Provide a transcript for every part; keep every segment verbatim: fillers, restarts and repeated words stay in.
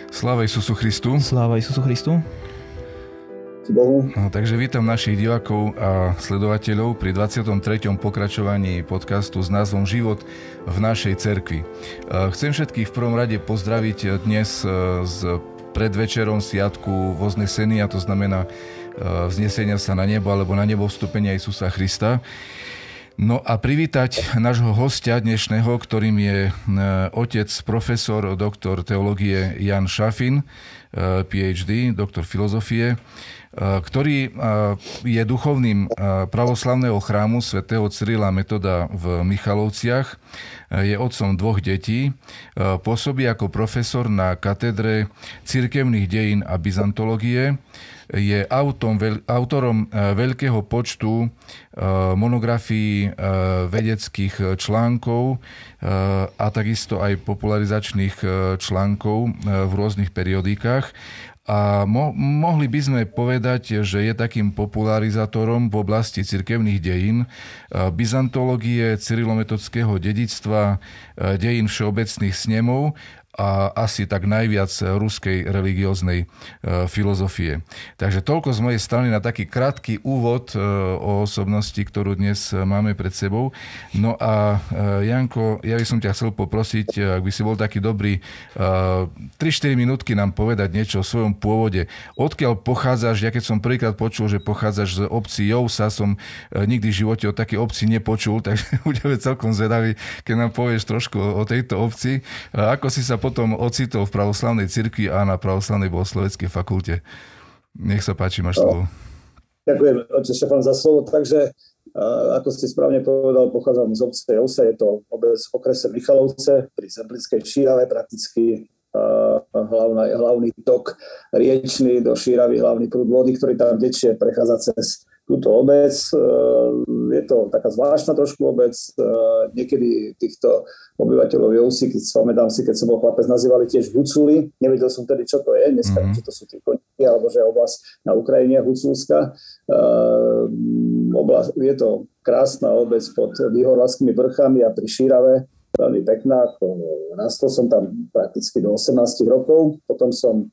Sláva Isusu Christu. Sláva Isusu Christu. Bohu. No, takže vítam našich divákov a sledovateľov pri dvadsiatom treťom pokračovaní podcastu s názvom Život v našej cerkvi. Chcem všetkých v prvom rade pozdraviť dnes s predvečerom sviatku Voznesenia, to znamená vznesenia sa na nebo alebo na nebo vstúpenia Isusa Krista. No a privítať nášho hostia dnešného, ktorým je otec profesor, doktor teológie Jan Šafin, PhD, doktor filozofie, ktorý je duchovným pravoslavného chrámu svätého Cyrila Metoda v Michalovciach, je otcom dvoch detí, pôsobí ako profesor na katedre cirkevných dejín a byzantológie, je autom, autorom veľkého počtu monografií, vedeckých článkov a takisto aj popularizačných článkov v rôznych periodikách. A mo- mohli by sme povedať, že je takým popularizátorom v oblasti cirkevných dejín, byzantológie, cyrilometodského dedičstva, dejín všeobecných snemov a asi tak najviac ruskej religióznej filozofie. Takže toľko z mojej strany na taký krátky úvod o osobnosti, ktorú dnes máme pred sebou. No a Janko, ja by som ťa chcel poprosiť, ak by si bol taký dobrý, tri štyri minútky nám povedať niečo o svojom pôvode. Odkiaľ pochádzaš? Ja keď som prvýkrát počul, že pochádzaš z obci Jousa, som nikdy v živote o takej obci nepočul, takže budeme celkom zvedaví, keď nám povieš trošku o tejto obci. Ako si sa potom ocitol v pravoslavnej cirkvi a na pravoslavnej bohosloveckej fakulte. Nech sa páči, máš slovo. Ďakujem, otec Štefan, za slovo. Takže, ako ste správne povedal, pochádzam z obce Jousa, je to obec v okrese Michalovce pri Zemplickej Šírave, prakticky hlavný, hlavný tok riečný do Šíravy, hlavný prúd vody, ktorý tam tečie, prechádza cez túto obec. Je to taká zvláštna trošku obec. Niekedy týchto obyvateľov Jousy, keď spomedám si, keď som bol chlapec, nazývali tiež Huculi. Nevedel som tedy, čo to je. Dneska, mm-hmm. či to sú tí koníky, alebo že je oblasť na Ukrajine, Huculská. Je to krásna obec pod Výhorlavskými vrchami a pri Šírave. Veľmi pekná. Rastol som tam prakticky do osemnásť rokov. Potom som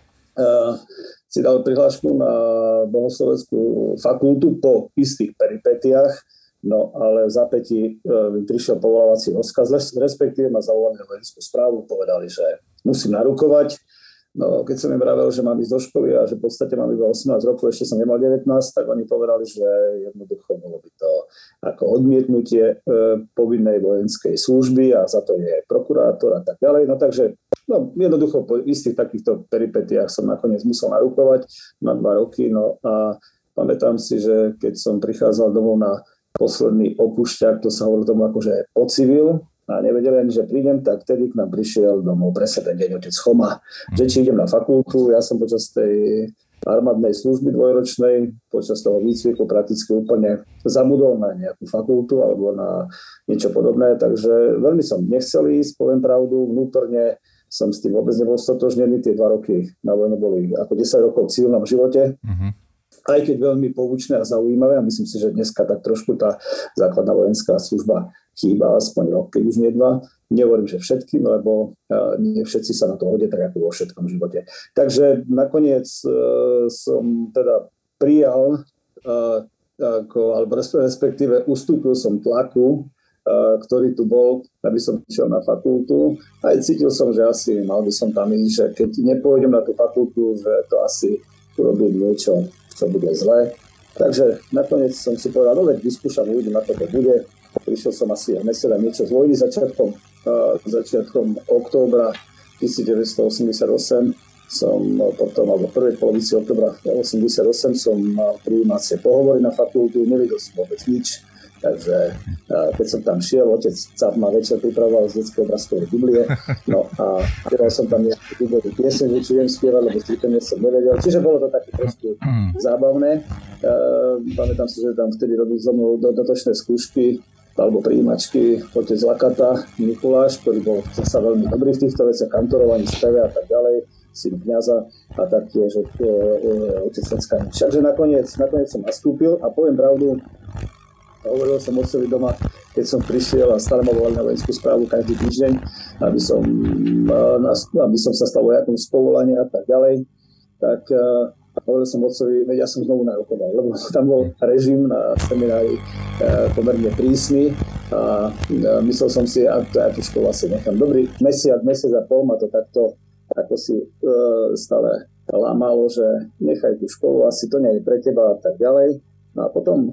si dal prihlášku na bohosloveckú fakultu po istých peripetiách, no ale v zápätí e, prišiel povolávací rozkaz, respektíve ma zavolali na vojenskú správu, povedali, že musím narukovať. No, keď som im vravel, že mám ísť do školy a že v podstate mám iba osemnásť rokov, ešte som nemal devätnásť, tak oni povedali, že jednoducho bolo by to ako odmietnutie e, povinnej vojenskej služby a za to je prokurátor a tak ďalej. No takže no, jednoducho po istých takýchto peripetiách som nakoniec musel narukovať na dva roky. No a pamätám si, že keď som prichádzal domov na posledný opúšťak, to sa hovorilo tomu akože pocivil, a nevedeli ani, že prídem, tak vtedy k nám prišiel domov presne ten deň otec Choma, že či idem na fakultu. Ja som počas tej armádnej služby dvojročnej, počas toho výcviku prakticky úplne zabudol na nejakú fakultu alebo na niečo podobné, takže veľmi som nechcel ísť, poviem pravdu, vnútorne som s tým vôbec nebol stotožnený. Tie dva roky na vojne boli ako desať rokov v civilnom živote. Mm-hmm. Aj keď veľmi poučné a zaujímavé, a myslím si, že dneska tak trošku tá základná vojenská služba chýba, aspoň rok, keď už nie dva. Nehovorím, že všetkým, lebo nie všetci sa na to hodia, tak ako vo všetkom živote. Takže nakoniec uh, som teda prijal, uh, ako, alebo respektíve ustúpil som tlaku, uh, ktorý tu bol, aby som išiel na fakultu. Aj cítil som, že asi mal by som tam ísť, že keď nepôjdem na tú fakultu, že to asi urobím niečo, čo bude zlé. Takže nakoniec som si povedal, no veď vyskúšam, uvidím, ako to bude. Prišiel som asi a nesel niečo z vojny začiatkom, uh, začiatkom októbra devätnásťstoosemdesiatosem som potom, alebo v prvej polovici októbra osemdesiatosem som mal prijímacie pohovory na fakultu, nevedel som vôbec nič. Takže uh, keď som tam šiel, otec Cap ma večer pripravoval z detskej obrázkovej Biblie, no a spieval som tam nejakú biblovú pieseň, čo viem spievať, lebo striktne som nevedel. Čiže bolo to také trošku zábavné. Uh, pamätám si, že tam vtedy robil so mnou dodatočné skúšky alebo prijímačky otec Lakata Mikuláš, ktorý bol zasa veľmi dobrý v týchto veciach, kantorovaní, speve a tak ďalej, syn kňaza a taktiež otec Lackanič. Takže nakoniec, nakoniec som nastúpil a poviem pravdu, hovoril som otcovi doma, keď som prišiel a stále ma volali na vojenskú správu každý týždeň, aby som, aby som sa stal vojakom z povolania a tak ďalej. Tak hovoril som otcovi, veď ja som znovu narokoval, lebo tam bol režim na seminári pomerne prísny a myslel som si, a ja tú školu asi nechám. Dobrý mesiac, mesiac a pol ma to takto ako si stále lámalo, že nechaj tú školu, asi to nie je pre teba a tak ďalej. No a potom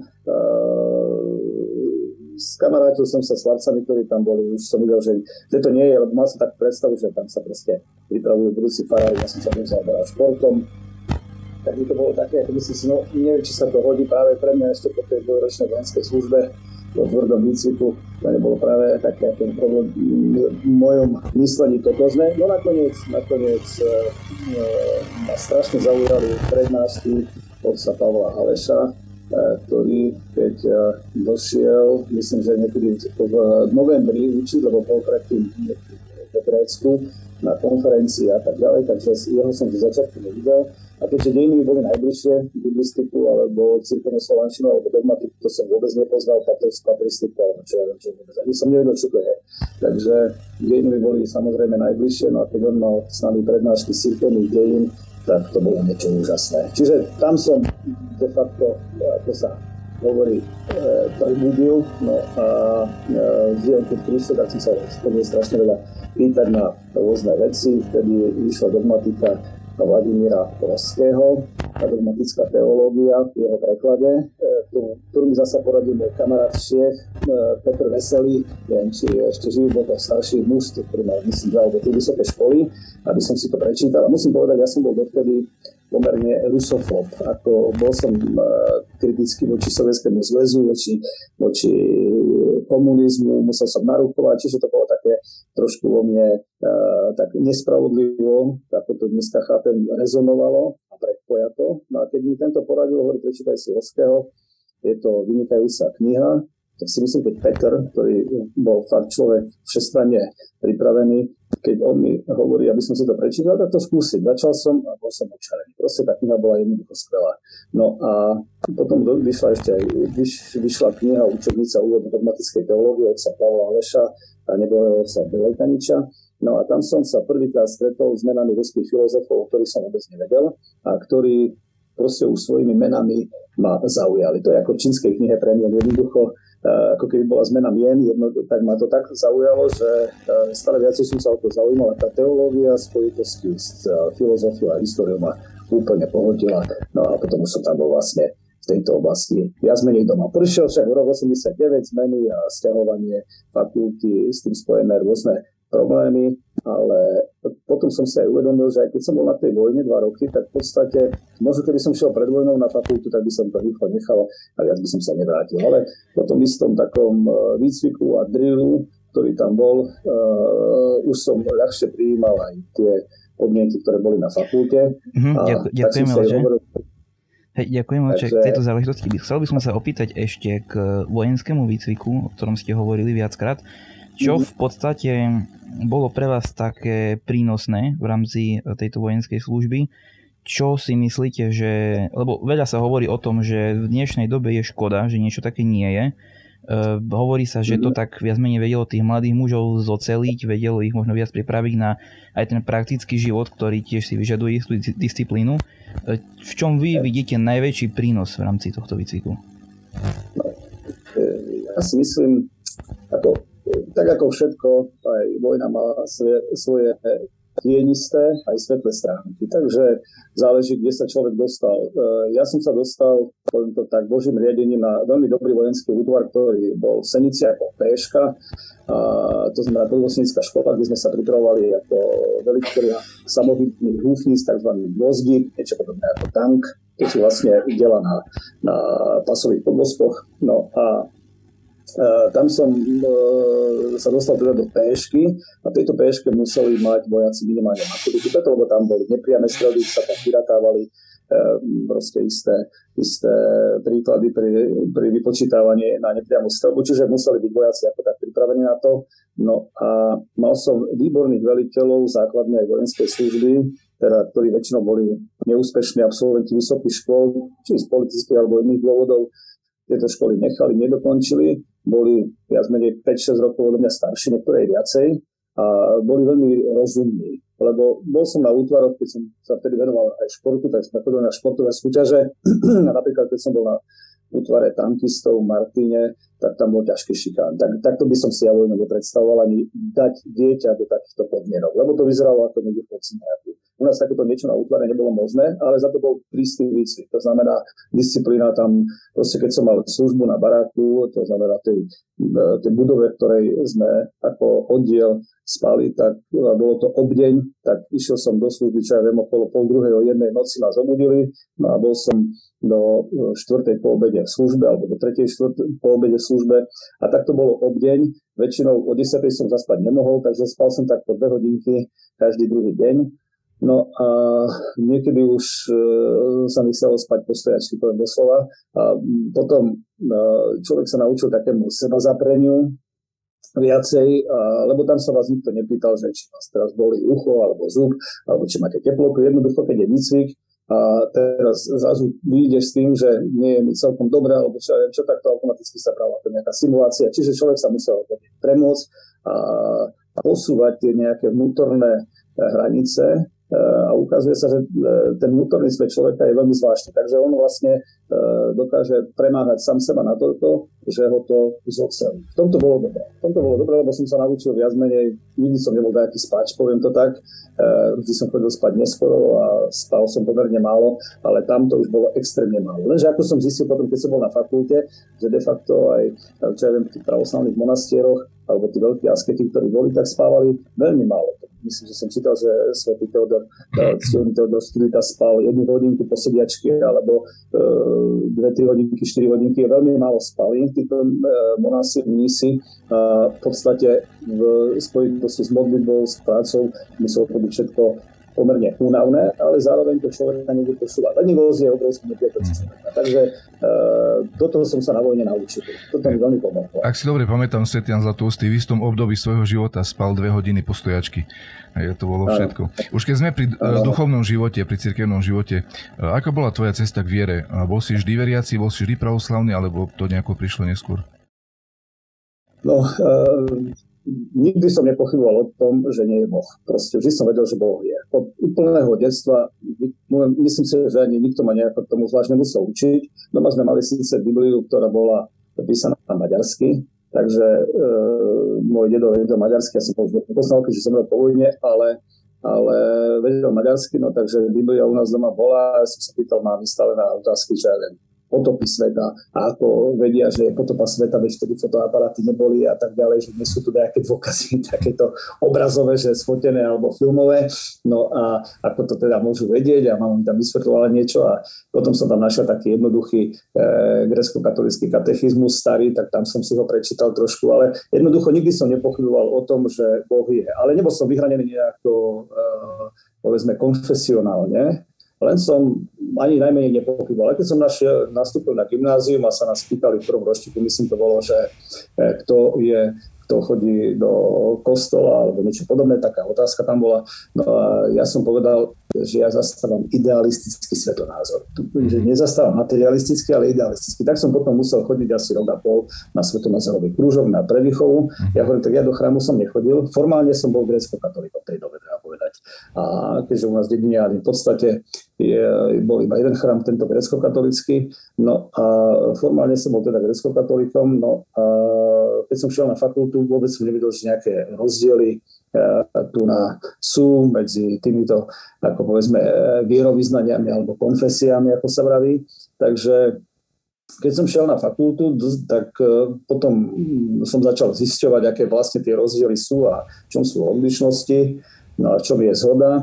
skamarátil som sa s chlapcami, ktorí tam boli, už som videl, že, že to nie je, lebo mal som takú predstavu, že tam sa proste pripravujú budúci farári, ja som sa tým zaoberal športom. Tak mi to bolo také, ako myslím si, no neviem, či sa to hodí práve pre mňa ešte po tej dvojročnej vojenskej službe, po tvrdom výcviku, to nebolo práve také ten problém v mojom myslení totožné. No nakoniec, nakoniec e, e, ma strašne zaujali prednášky otca Pavla Haleša, e, ktorý keď e, došiel, myslím, že niekedy v novembri učiť, lebo bol predtým v Grécku na konferencii a tak ďalej, takže jeho som v začiatku nevidel. A keďže dejiny boli najbližšie, biblistiku alebo cirkevnú slovančinu alebo dogmatiku, to som vôbec nepoznal, patristiku alebo čo ja viem, čo vôbec. Ani som nevedel, čo to je. Takže dejiny boli samozrejme najbližšie, no a keď on mal s nami prednášky cirkevných dejín, tak to bolo niečo úžasné. Čiže tam som de facto, ako sa hovorí, prebudil, no a žijem keď prišiel, tak som sa spomínal strašne veľa pýtať na rôzne veci, vtedy vyšla dogmatika Vladimíra Roského, dogmatická teológia v jeho preklade, ktorú mi zasa poradil môj kamarát Čech, Petr Veselý, neviem, či ešte živý, bol to starší muž, ktorý mal, myslím, že alebo tie vysoké školy, aby som si to prečítal. A musím povedať, ja som bol dovtedy pomerne rusofób. Ako bol som kritický voči Sovietskému zväzu, voči, voči komunizmu, musel som narukovať, čiže to bolo také trošku vo mne uh, tak nespravodlivo, ako to dneska chápem, rezonovalo a predpojato. No a keď mi tento poradil, hovorí, prečítaj si Roského, je to vynikajúca kniha, tak si myslím, keď Petr, ktorý bol fakt človek všestranne pripravený, keď on mi hovorí, aby som si to prečítal, tak to skúsiť. Začal som a bol som očarený. Proste tá kniha bola jednoducho skvelá. No a potom vyšla ešte aj vyš, vyšla kniha Učebnica úvodu dogmatickej teológie otca Pavla Haleša a nebojného otca Belejkaniča. No a tam som sa prvýkrát stretol s menami ruských filozofov, o ktorých som vôbec nevedel a ktorí proste už svojimi menami ma zaujali. To je ako v čínskej knihe pre mňa jednoducho, ako keby bola zmena mien, jedno, tak ma to tak zaujalo, že stále viacej som sa o to zaujímal. Tá teológia spojitosti s filozofiou a históriou ma úplne pohodila. No a potom už som tam bol vlastne v tejto oblasti viac menej doma. Prišiel však v rok osemdesiatdeväť zmeny a sťahovanie fakulty, s tým spojené rôzne problémy, ale potom som sa aj uvedomil, že aj keď som bol na tej vojne dva roky, tak v podstate, možno keby som šiel pred vojnou na fakultu, tak by som to rýchlo nechal a viac by som sa nevrátil. Ale po tom istom takom výcviku a drillu, ktorý tam bol, uh, už som ľahšie prijímal aj tie podmienky, ktoré boli na fakulte. Mm-hmm, ďakujem, ďakujem, hovoril... Hej, ďakujem, Takže... k tejto záležitosti. Chcel by som sa opýtať ešte k vojenskému výcviku, o ktorom ste hovorili viackrát. Čo v podstate bolo pre vás také prínosné v rámci tejto vojenskej služby? Čo si myslíte, že... Lebo veľa sa hovorí o tom, že v dnešnej dobe je škoda, že niečo také nie je. Uh, hovorí sa, že to tak viac menej vedelo tých mladých mužov zoceliť, vedelo ich možno viac pripraviť na aj ten praktický život, ktorý tiež si vyžaduje istú disciplínu. Uh, v čom vy vidíte najväčší prínos v rámci tohto výcviku? Ja si myslím, ako tak ako všetko, aj vojna má svoje, svoje tienisté, aj svetlé stránky. Takže záleží, kde sa človek dostal. Ja som sa dostal, poviem to tak, Božím riadením na veľmi dobrý vojenský útvar, ktorý bol v Senici ako péška. A to znamená prvostnícka škola, kde sme sa pripravovali ako velitelia samohybných húfnic, tzv. Gvozdi, niečo podobné ako tank. To sú vlastne diela na, na pasových podvozkoch. No a Uh, tam som uh, sa dostal teda do péšky a v tejto péške museli mať vojaci minimálne maturitu, lebo tam boli nepriame strely, sa tam vyratávali uh, proste isté, isté príklady pri, pri vypočítavaní na nepriamu strelbu, čiže museli byť vojaci ako tak pripravení na to. No a mal som výborných veliteľov základnej vojenskej služby, teda, ktorí väčšinou boli neúspešní absolventi vysokých škôl, či z politických alebo iných dôvodov. tieto školy nechali, nedokončili, boli viac menej päť šesť rokov odo mňa starší, niektoré viacej a boli veľmi rozumní. Lebo bol som na útvaroch, keď som sa vtedy venoval aj športu, tak som chodil na športové súťaže. Napríklad, keď som bol na útvare tankistov v Martíne, tak tam bol ťažký šikán. Tak, takto by som si ja vojnu nepredstavoval ani dať dieťa do takýchto podmienok, lebo to vyzeralo ako niekde v podsmiaku. U nás takéto niečo na útvare nebolo možné, ale za to bol prísny výcvik. To znamená, disciplína tam, proste keď som mal službu na baráku, to znamená tej, tej budove, v ktorej sme ako oddiel spali, tak bolo to obdeň, tak išiel som do služby, čo ja viem, okolo pol druhej o jednej noci ma zobudili, no a bol som do štvrtej po obede v službe, alebo do tretej štvrtej po obede v službe a tak to bolo obdeň. Väčšinou o desiatej som zaspať nemohol, takže spal som tak po dve hodinky každý druhý deň. No a niekedy už e, sa mi chcelo spať po stojačky, poviem doslova. A potom e, človek sa naučil takému sebazapreniu viacej, a, lebo tam sa vás nikto nepýtal, že či vás teraz bolí ucho alebo zub, alebo či máte teplotu. Jednoducho, keď je výcvik a teraz zrazu vyjdeš s tým, že nie je mi celkom dobré, alebo čo, čo tak to automaticky sa brala ako nejaká simulácia. Čiže človek sa musel premôcť a posúvať tie nejaké vnútorné hranice, a ukazuje sa, že ten vnútorný svet človeka je veľmi zvláštny. Takže on vlastne dokáže premáhať sám seba na toľko, že ho to zocelí. V tomto bolo dobré. V tomto bolo dobré, lebo som sa naučil viac menej, nikdy som nebol nejaký spáč, poviem to tak. Vždy som chodil spať neskoro a spal som pomerne málo, ale tam to už bolo extrémne málo. Lenže ako som zistil potom, keď som bol na fakulte, že de facto aj, čo ja viem, v tých pravoslavných monastieroch alebo tí veľkí asketi, ktorí boli, tak spávali veľmi málo. Myslím, že som čítal, že svätý Teodor, ctihodný Teodor Stilita spal jednu hodinku po sediačke, alebo dve, tri hodinky, štyri hodinky. Veľmi málo spali. Títo monási, mnísi a v podstate v spojitosti s modlitbou, s prácou muselo to byť všetko pomerne únavné, ale zároveň to človeka niekde posúva. Lenivosť je obrovský nepriateľ človeka. Takže e, do toho som sa na vojne naučil. Toto mi veľmi pomohlo. Ak si dobre pamätám, svätý Ján Zlatoústy v istom období svojho života spal dve hodiny po stojačky. Je to bolo všetko. Už keď sme pri Aha. duchovnom živote, pri cirkevnom živote, aká bola tvoja cesta k viere? Bol si vždy veriaci, bol si vždy pravoslavný, alebo to nejako prišlo neskôr? No, e, nikdy som nepochyboval o tom, že nie je Boh. Proste vždy som vedel, že Boh je. Od úplného detstva, myslím si, že ani nikto ma nejako k tomu zvlášť nemusel učiť. Doma sme mali síce Bibliu, ktorá bola písaná na maďarsky, takže e, môj dedo vedel maďarsky, ja som ho už nepoznal, keďže som bol po vojne, ale, ale vedel maďarsky, no takže Biblia u nás doma bola a ja som sa pýtal máme stále na otázky, že ja viem, potopy sveta a ako vedia, že je potopa sveta, veď vtedy fotoaparáty neboli a tak ďalej, že nie sú tu nejaké dôkazy takéto obrazové, že sfotené alebo filmové, no a ako to teda môžu vedieť a mám tam vysvetľovať niečo a potom som tam našiel taký jednoduchý e, grécko-katolický katechizmus starý, tak tam som si ho prečítal trošku, ale jednoducho nikdy som nepochyboval o tom, že Boh je, ale nebol som vyhranený nejako e, povedzme konfesionálne, len som ani najmenej nepochyboval. Keď som našiel, nastúpil na gymnázium a sa nás pýtali v prvom ročníku, myslím to bolo, že kto je, kto chodí do kostola alebo niečo podobné, taká otázka tam bola. No a ja som povedal, že ja zastávam idealistický svetonázor. Že nezastávam materialistický, ale idealistický. Tak som potom musel chodiť asi rok a pol na svetonázorový krúžok, na prevýchovu. Ja hovorím, tak ja do chrámu som nechodil. Formálne som bol grécko-katolíkom v tej dobe, treba povedať. A keďže u nás v dedine v podstate je, bol iba jeden chrám, tento grécko-katolícky, no a formálne som bol teda grécko-katolíkom, no a keď som šiel na fakultu, vôbec som nevedel, že nejaké rozdiely tu na sú medzi týmito, ako povedzme, vierovyznaniami alebo konfesiami, ako sa vraví. Takže keď som šiel na fakultu, tak potom som začal zisťovať, aké vlastne tie rozdiely sú a v čom sú odlišnosti, no a v čom je zhoda.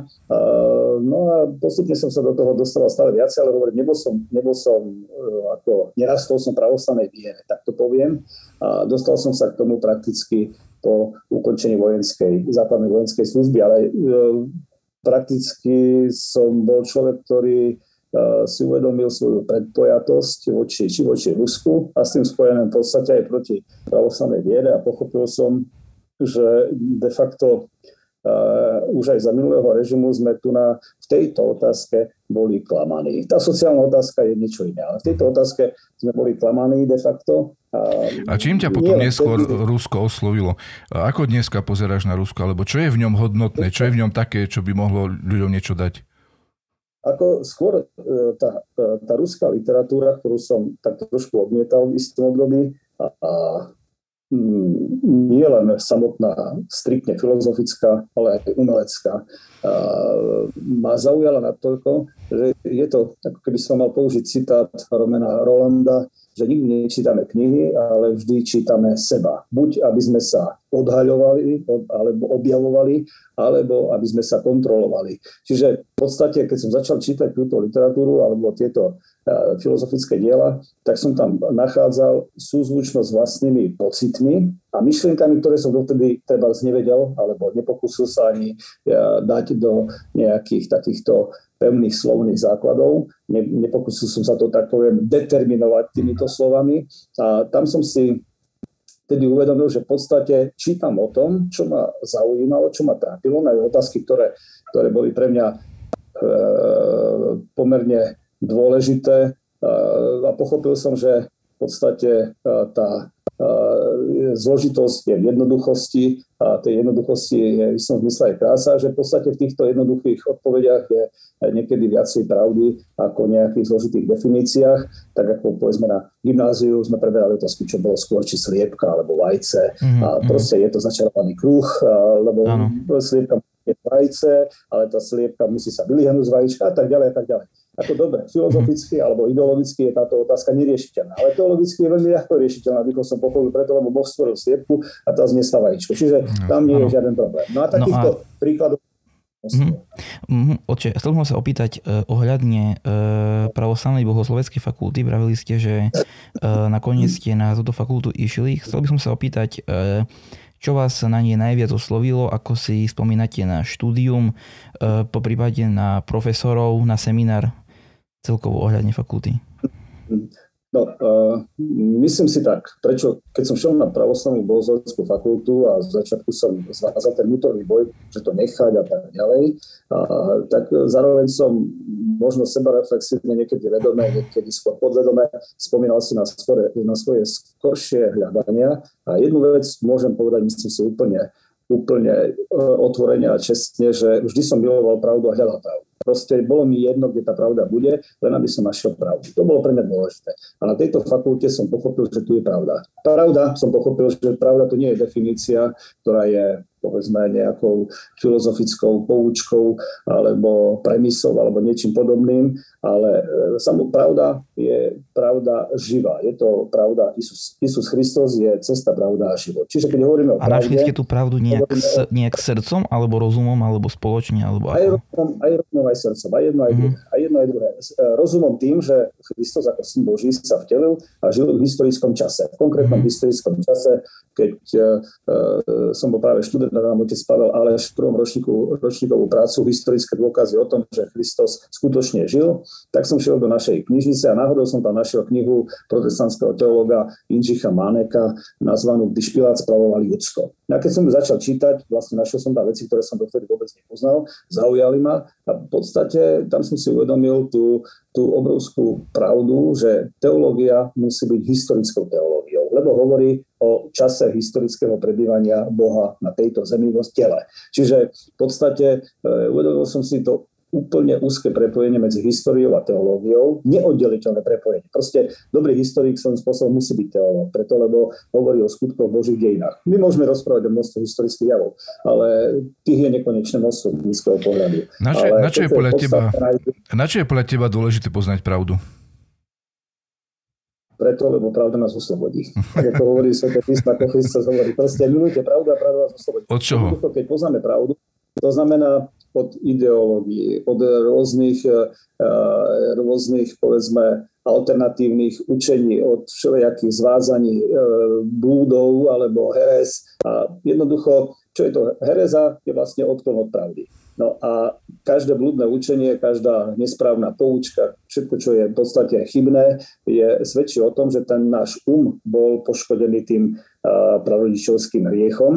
No a postupne som sa do toho dostal stále viac, ale hovorím, nebol som, nebol som ako, nerastol som pravoslavnej viere, tak to poviem. A dostal som sa k tomu prakticky po ukončení vojenskej, základnej vojenskej služby, ale e, prakticky som bol človek, ktorý e, si uvedomil svoju predpojatosť voči, či voči Rusku a s tým spojené v podstate aj proti pravoslavnej viere a pochopil som, že de facto uh, už aj za minulého režimu sme tu na, v tejto otázke boli klamaní. Tá sociálna otázka je niečo iné, ale v tejto otázke sme boli klamaní de facto. A čím ťa potom neskôr Rusko oslovilo? Ako dneska pozeráš na Rusko? Alebo čo je v ňom hodnotné? Čo je v ňom také, čo by mohlo ľuďom niečo dať? Ako skôr tá, tá ruská literatúra, ktorú som tak trošku odmietal v istom období, a, a nie len samotná, striktne filozofická, ale aj umelecká, a, ma zaujala natoľko, že je to, ako keby som mal použiť citát Romana Rolanda, že nikdy nečítame knihy, ale vždy čítame seba. Buď aby sme sa odhaľovali, alebo objavovali, alebo aby sme sa kontrolovali. Čiže v podstate, keď som začal čítať túto literatúru alebo tieto uh, filozofické diela, tak som tam nachádzal súzvučnosť s vlastnými pocitmi a myšlienkami, ktoré som dovtedy treba nevedel, alebo nepokúsil sa ani uh, dať do nejakých takýchto pevných slovných základov. Ne, nepokúsil som sa to, tak poviem, determinovať týmito slovami. A tam som si tedy uvedomil, že v podstate čítam o tom, čo ma zaujímalo, čo ma trápilo, na otázky, ktoré, ktoré boli pre mňa e, pomerne dôležité. E, a pochopil som, že v podstate e, tá zložitosť je v jednoduchosti a tej jednoduchosti je v istom zmysle aj krása, že v podstate v týchto jednoduchých odpovediach je niekedy viacej pravdy ako v nejakých zložitých definíciách, tak ako povedzme na gymnáziu sme preberali otázky, čo bolo skôr, či sliepka alebo vajce mm-hmm. a proste je to začarovaný kruh, lebo ano. Sliepka je vajce, ale tá sliepka musí sa vyliahnuť z vajíčka a tak ďalej a tak ďalej. Ako dobre, filozoficky alebo ideologicky je táto otázka neriešiteľná, ale teologicky je veľmi ľahko riešiteľná, ako som pochopil preto, lebo Boh stvoril sliepku a tá zniesla vajíčko. Čiže tam nie je žiaden problém. No a takýchto no a... príkladov... Mm-hmm. Oče, chcel som sa opýtať uh, ohľadne uh, pravoslavnej bohosloveckej fakulty. Vravili ste, že uh, nakoniec ste na túto fakultu išli. Chcel by som sa opýtať, uh, čo vás na nej najviac oslovilo, ako si spomínate na štúdium, uh, po prípade na profesorov, na seminár celkovo ohľadne fakulty? No, uh, myslím si tak, prečo, keď som šiel na pravoslavnú bohosloveckú fakultu a z začiatku som zvázal ten vnútorný boj, že to nechať a tak ďalej, uh, tak zároveň som možno sebareflexívne, niekedy vedomé, niekedy skôr podvedomé, spomínal si na, skore, na svoje skoršie hľadania a jednu vec môžem povedať, myslím si úplne, úplne uh, otvorene a čestne, že vždy som miloval pravdu a hľadal pravdu. Proste bolo mi jedno, kde tá pravda bude, len aby som našiel pravdu. To bolo pre mňa dôležité. A na tejto fakulte som pochopil, že tu je pravda. Pravda, som pochopil, že pravda to nie je definícia, ktorá je povedzme nejakou filozofickou poučkou alebo premisou alebo niečím podobným, ale samotná pravda je pravda živá. Je to pravda, Isus, Isus Kristus je cesta, pravda a život. Čiže keď hovoríme o pravde... A našli ste tú pravdu nejak, s, nejak srdcom alebo rozumom alebo spoločne? Alebo aj rozumom, aj rozumom, aj srdcom. Aj jedno, aj mm-hmm. druhé. Aj jedno, aj druhé. Rozumom tým, že Kristus ako syn Boží sa vtelil a žil v historickom čase. V konkrétnom mm-hmm. historickom čase, keď uh, som bol práve študent, nám otec Pavel Aleš v prvom ročníku, ročníkovú prácu, historické dôkazy o tom, že Kristus skutočne žil, tak som šiel do našej knižnice a náhodou som tam našiel knihu protestantského teológa Jindřicha Máneka nazvanú Kdy Špilát spravoval Judsko. A keď som ju začal čítať, vlastne našiel som tam veci, ktoré som dovtedy vôbec nepoznal, zaujali ma a v podstate tam som si uvedomil tú, tú obrovskú pravdu, že teológia musí byť historickou teológiou, lebo hovorí o čase historického prebývania Boha na tejto zemi v tele. Čiže v podstate e, uvedomil som si to úplne úzke prepojenie medzi históriou a teológiou, neoddeliteľné prepojenie. Proste dobrý historik svojím spôsobom musí byť teológ, preto lebo hovorí o skutkoch Božích dejinách. My môžeme rozprávať o množstve historických javov, ale tých je nekonečné množstvo z blízkeho pohľadu. Na čo, na čo je podľa teba, na čo je podľa teba dôležité poznať pravdu? Preto, lebo pravda nás oslobodí. Tak ako hovorí Sväté písmo, ako Kristus hovorí. Proste milujte pravdu a pravda nás oslobodí. Od čoho? Keď poznáme pravdu, to znamená od ideológií, od rôznych, rôznych, povedzme, alternatívnych učení, od všelijakých zvázaní blúdov alebo herez. A jednoducho, čo je to hereza, je vlastne odklon od pravdy. No a každé blúdne učenie, každá nesprávna poučka, všetko, čo je v podstate chybné, je, svedčí o tom, že ten náš um bol poškodený tým uh, prarodičovským hriechom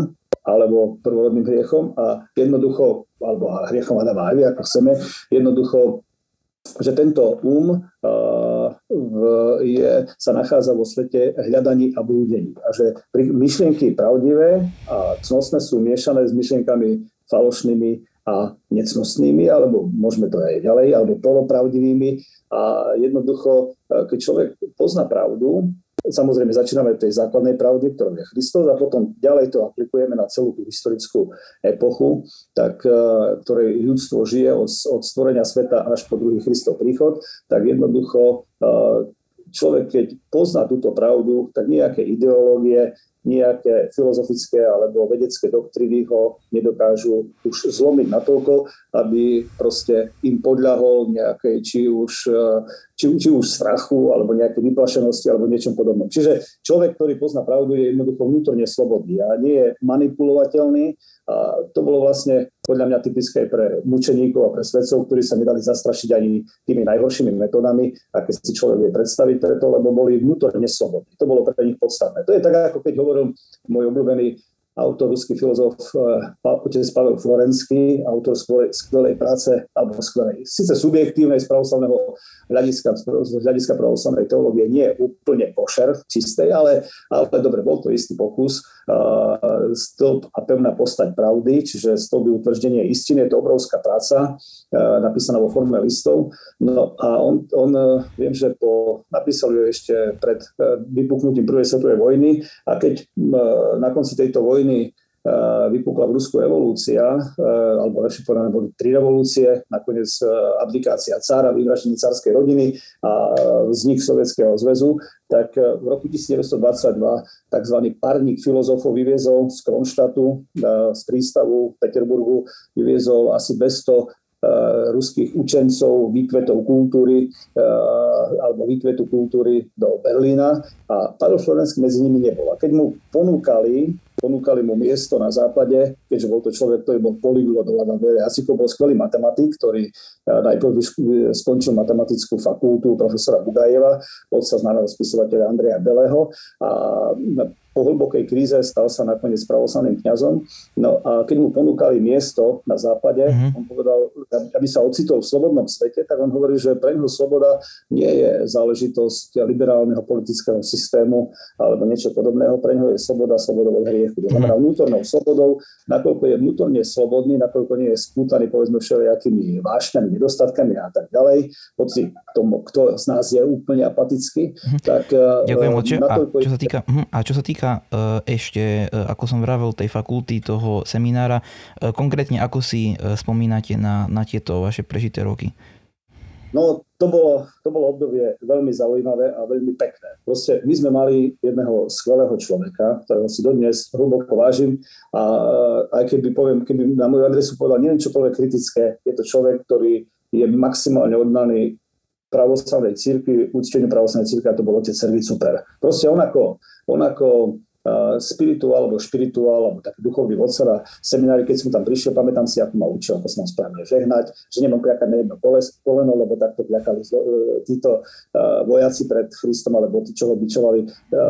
alebo prvorodným hriechom a jednoducho, alebo hriechom Adama a Evy, ako chceme, jednoducho, že tento um uh, v, je, sa nachádza vo svete hľadaní a blúdení. A že myšlienky pravdivé a cnostné sú miešané s myšlienkami falošnými a necnostnými, alebo môžeme to aj ďalej, alebo polopravdivými. A jednoducho, keď človek pozná pravdu, samozrejme začíname v tej základnej pravde, ktorou je Kristus, a potom ďalej to aplikujeme na celú tú historickú epochu, tak, ktorej ľudstvo žije od, od stvorenia sveta až po druhý Kristov príchod, tak jednoducho človek, keď pozná túto pravdu, tak nejaké ideológie, nejaké filozofické alebo vedecké doktriny ho nedokážu už zlomiť natoľko, aby proste im podľahol nejakej či už, či, či už strachu alebo nejaké vyplašenosti alebo niečom podobnom. Čiže človek, ktorý pozná pravdu, je jednoducho vnútorne slobodný a nie je manipulovateľný. A to bolo vlastne podľa mňa typické pre mučeníkov a pre svedcov, ktorí sa nedali zastrašiť ani tými najhoršími metodami, aké si človek vie predstaviť preto, lebo boli vnútorne slobodní. To bolo pre nich podstatné. To je tak, ako keď hovoril môj obľúbený autor, ruský filozof, otec Pavel Florenský, autor skvelej, skvelej práce, alebo skvelej, síce subjektívnej z pravoslavného hľadiska, z hľadiska pravoslavnej teológie, nie úplne košer čistej, ale, ale dobre, bol to istý pokus. Uh, stĺp a pevná postať pravdy, čiže stĺp utvrdenie istiny, je to obrovská práca, uh, napísaná vo forme listov. No a on, on uh, viem, že po, napísal ju ešte pred uh, vypuknutím prvej svetovej vojny a keď uh, na konci tejto vojny vypukla v Rusku evolúcia, alebo lepšie povedané boli tri revolúcie, nakoniec abdikácia cára, vyvraždenie cárskej rodiny a vznik Sovietskeho zväzu, tak v roku devätnásťstodvadsaťdva tzv. Parník filozofov vyviezol z Kronštatu, z prístavu v Peterburgu, vyviezol asi dvesto ruských učencov výkvetov kultúry alebo výkvetu kultúry do Berlína a Pavel Florenský medzi nimi nebol. A keď mu ponúkali Ponúkali mu miesto na západe, keďže bol to človek, ktorý bol polyglot, jazykov, bol skvelý matematik, ktorý najprv skončil matematickú fakultu profesora Budajeva, otca známeho spisovateľa Andreja Beleho a po hlbokej kríze stal sa nakoniec pravoslavným kňazom. No a keď mu ponúkali miesto na západe, mm-hmm. on povedal, aby sa ocitol v slobodnom svete, tak on hovorí, že pre neho sloboda nie je záležitosť liberálneho politického systému alebo niečo podobného. Pre neho je sloboda slobodou od hriechu. To znamená vnútornou slobodou, nakoľko je vnútorne slobodný, nakoľko nie je skútaný povedzme všelijakými vášňami, nedostatkami a tak ďalej. Hoci tomu, kto z nás je úplne apatický, mm-hmm. tak... Ďakujem, oče. A čo sa týka, a čo sa týka ešte, ako som vravel, tej fakulty, toho seminára, konkrétne ako si spomínate na, na tieto vaše prežité roky? No, to bolo, to bolo obdobie veľmi zaujímavé a veľmi pekné. Proste my sme mali jedného skvelého človeka, ktorého si dodnes hlboko vážim a aj keby poviem, keby na moju adresu povedal neviem čokoľvek kritické, je to človek, ktorý je maximálne oddaný pravoslavnej cirkvi, úcteniu pravoslavnej cirkvi, a to bol otec Servíc Super. Proste on ako, on ako uh, spirituál alebo špirituál alebo taký duchovný vodca na seminári, keď som tam prišiel, pamätám si, ako ma učil, ako som správne žehnať, že nemám kľakať na jedno koleno, lebo takto kľakali uh, títo uh, vojaci pred Kristom, alebo tí, čo ho bičovali,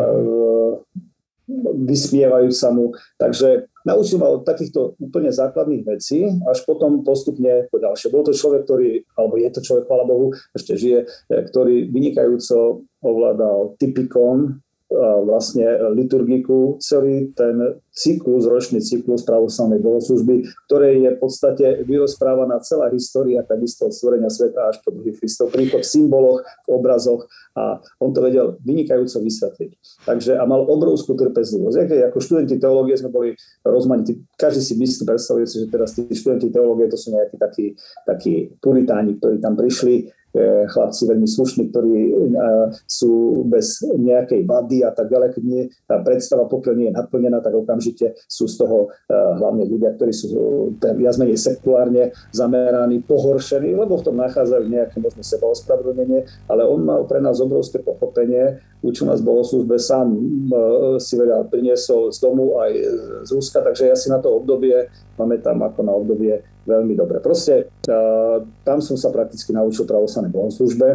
uh, vysmievajú sa mu. Takže naučil ma od takýchto úplne základných vecí, až potom postupne po ďalšie. Bol to človek, ktorý, alebo je to človek, chvála Bohu, ešte žije, ktorý vynikajúco ovládal typikon, vlastne liturgiku, celý ten cyklus, ročný cyklus pravoslavnej bohoslužby, ktorej je v podstate vyrozprávaná celá história, takisto od stvorenia sveta až po druhý Kristov príchod v symboloch, v obrazoch a on to vedel vynikajúco vysvetliť. Takže a mal obrovskú trpezlivosť. Ako študenti teológie sme boli rozmanití. Každý si myslí, predstavuje si, že teraz tí študenti teológie to sú nejakí takí, takí puritáni, ktorí tam prišli, chlapci veľmi slušní, ktorí sú bez nejakej vady a tak ďalej. Keď nie, tá predstava, pokiaľ nie je naplnená, tak okamžite sú z toho hlavne ľudia, ktorí sú viac menej sekulárne zameraní, pohoršení, lebo v tom nachádzajú nejaké možno sebaospravedlnenie, ale on mal pre nás obrovské pochopenie, učil nás bohoslúžbe, sám si veľa priniesol z domu aj z Ruska, takže ja si na to obdobie pamätám ako na obdobie veľmi dobre. Proste uh, tam som sa prakticky naučil pravoslavnej bohoslúžbe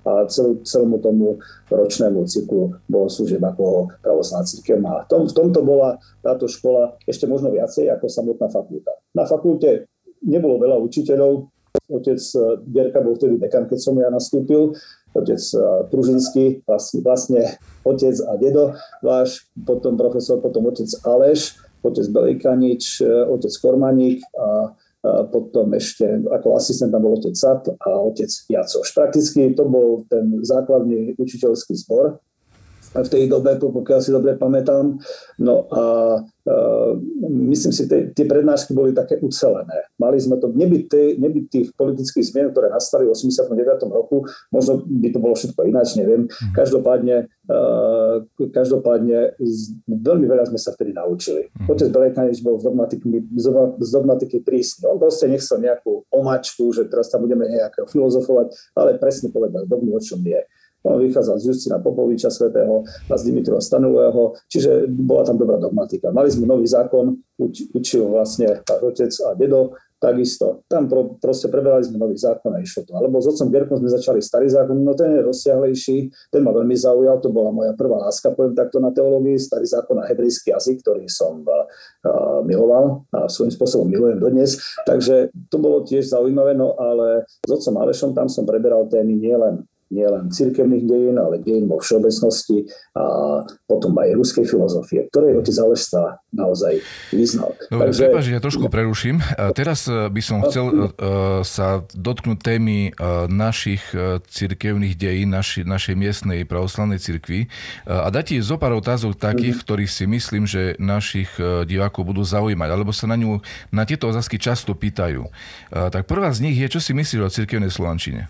a celú, celému tomu ročnému cyklu bohoslúžieb, ako ho pravoslavná cirkev má. Tom, v tomto bola táto škola ešte možno viacej ako samotná fakulta. Na fakulte nebolo veľa učiteľov. Otec Gerka bol vtedy dekan, keď som ja nastúpil. Otec Pružinský, vlastne, vlastne otec a dedo váš, potom profesor, potom otec Aleš, otec Belejkanič, otec Kormaník a, a potom ešte ako asistent tam bol otec Sat a otec Jacoš. Prakticky to bol ten základný učiteľský zbor v tej dobe, pokiaľ si dobre pamätám. No a uh, myslím si, tie, tie prednášky boli také ucelené. Mali sme to, nebyť, tej, nebyť tých politických zmien, ktoré nastali v osemdesiatom deviatom roku, možno by to bolo všetko ináč, neviem. Každopádne, uh, každopádne z, veľmi veľa sme sa vtedy naučili. Otec Belekanič bol z dogmatiky, z dogmatiky prísny. On proste nechcel nejakú omačku, že teraz tam budeme nejakého filozofovať, ale presne povedal dogmy, o čom je. On vychádzal z Justina Popoviča svätého a z Dimitrova Stanulého, čiže bola tam dobrá dogmatika. Mali sme nový zákon, uč, učil vlastne otec a dedo, takisto. Tam pro, proste preberali sme nový zákon a išlo to. Alebo s otcom Gerkom sme začali starý zákon, no ten je rozsiahlejší, ten ma veľmi zaujal, to bola moja prvá láska, poviem takto na teológii, starý zákon a hebrejský jazyk, ktorý som uh, miloval a svojím spôsobom milujem dodnes. Takže to bolo tiež zaujímavé, no ale s otcom Alešom tam som preberal témy nielen nielen cirkevných dejín, ale dejín vo všeobecnosti a potom aj ruskej filozofie, ktorej otec Aleš sa naozaj vyznal. Dobre, Takže... prepáč, ja trošku preruším. Teraz by som chcel uh, sa dotknúť témy uh, našich uh, cirkevných dejín, naši, našej miestnej pravoslavnej cirkvi uh, a dať ti zo pár otázok takých, mm-hmm. ktorých si myslím, že našich uh, divákov budú zaujímať, alebo sa na ňu, na tieto otázky často pýtajú. Uh, tak prvá z nich je, čo si myslíš o cirkevnej slovančine?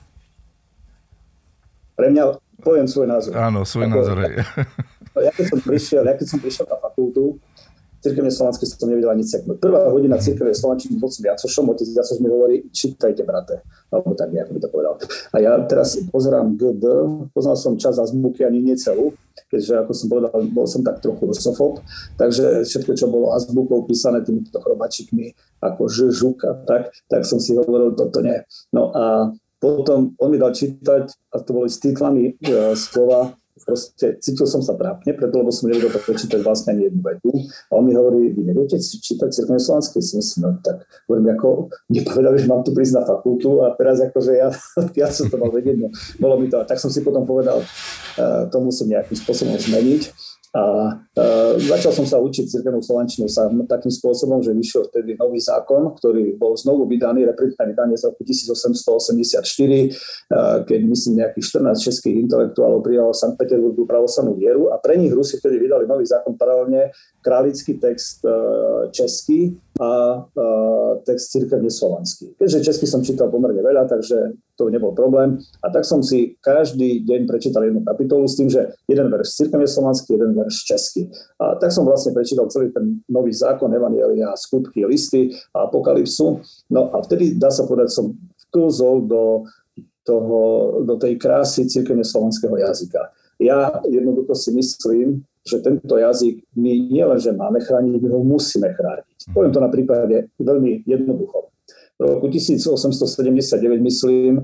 Pre mňa, poviem svoj názor. Áno, svoj Ako, názor. No, ja, keď som prišiel, ja keď som prišiel na fakultu, cirkevnej slovanskej som nevedel ani seknúť. Prvá hodina cirkevnej slovančiny s otcom Jacošom, otec Jacoš mi hovorí, čítajte, brate. Alebo tak nejak mi to povedal. A ja teraz pozerám gé dé, poznal som čas azbuky, ani nie celú, keďže, ako som povedal, bol som tak trochu rusofób, takže všetko, čo bolo azbukou písané týmito chrobačikmi, ako ž, žuk a tak, tak som si hovoril, toto nie. No a potom on mi dal čítať, a to boli s titulami e, slova, proste cítil som sa trápne, preto lebo som nevedel prečítať vlastne ani jednu vetu. A on mi hovorí, vy neviete čítať cirkevné slovanské? Si myslím, no tak hovorím, ako nepovedali, že mám tu prísť na fakultu a teraz akože ja, ja som to mal vedieť, no bolo mi to. A tak som si potom povedal, e, to musím nejakým spôsobom zmeniť. A e, začal som sa učiť cirkevnú slovančinu sa takým spôsobom, že vyšiel vtedy nový zákon, ktorý bol znovu vydaný, reprintné vydanie z roku tisícosemstoosemdesiatštyri, e, keď myslím nejakých štrnásť českých intelektuálov prijalo Sankt Peterburgu pravoslavnú vieru a pre nich Rusi vtedy vydali nový zákon paralelne, králický text e, český a e, text cirkevne slovanský. Keďže česky som čítal pomerne veľa, takže to nebol problém. A tak som si každý deň prečítal jednu kapitolu s tým, že jeden verš cirkevne slovanský, jeden verš česky. A tak som vlastne prečítal celý ten nový zákon, evanjelia, skutky, listy a apokalypsu. No a vtedy, dá sa povedať, som vklzol do, toho, do tej krásy cirkevne slovanského jazyka. Ja jednoducho si myslím, že tento jazyk my nielenže máme chrániť, my ho musíme chrániť. Poviem to na prípade veľmi jednoducho. V roku tisícosemstosedemdesiatdeväť, myslím,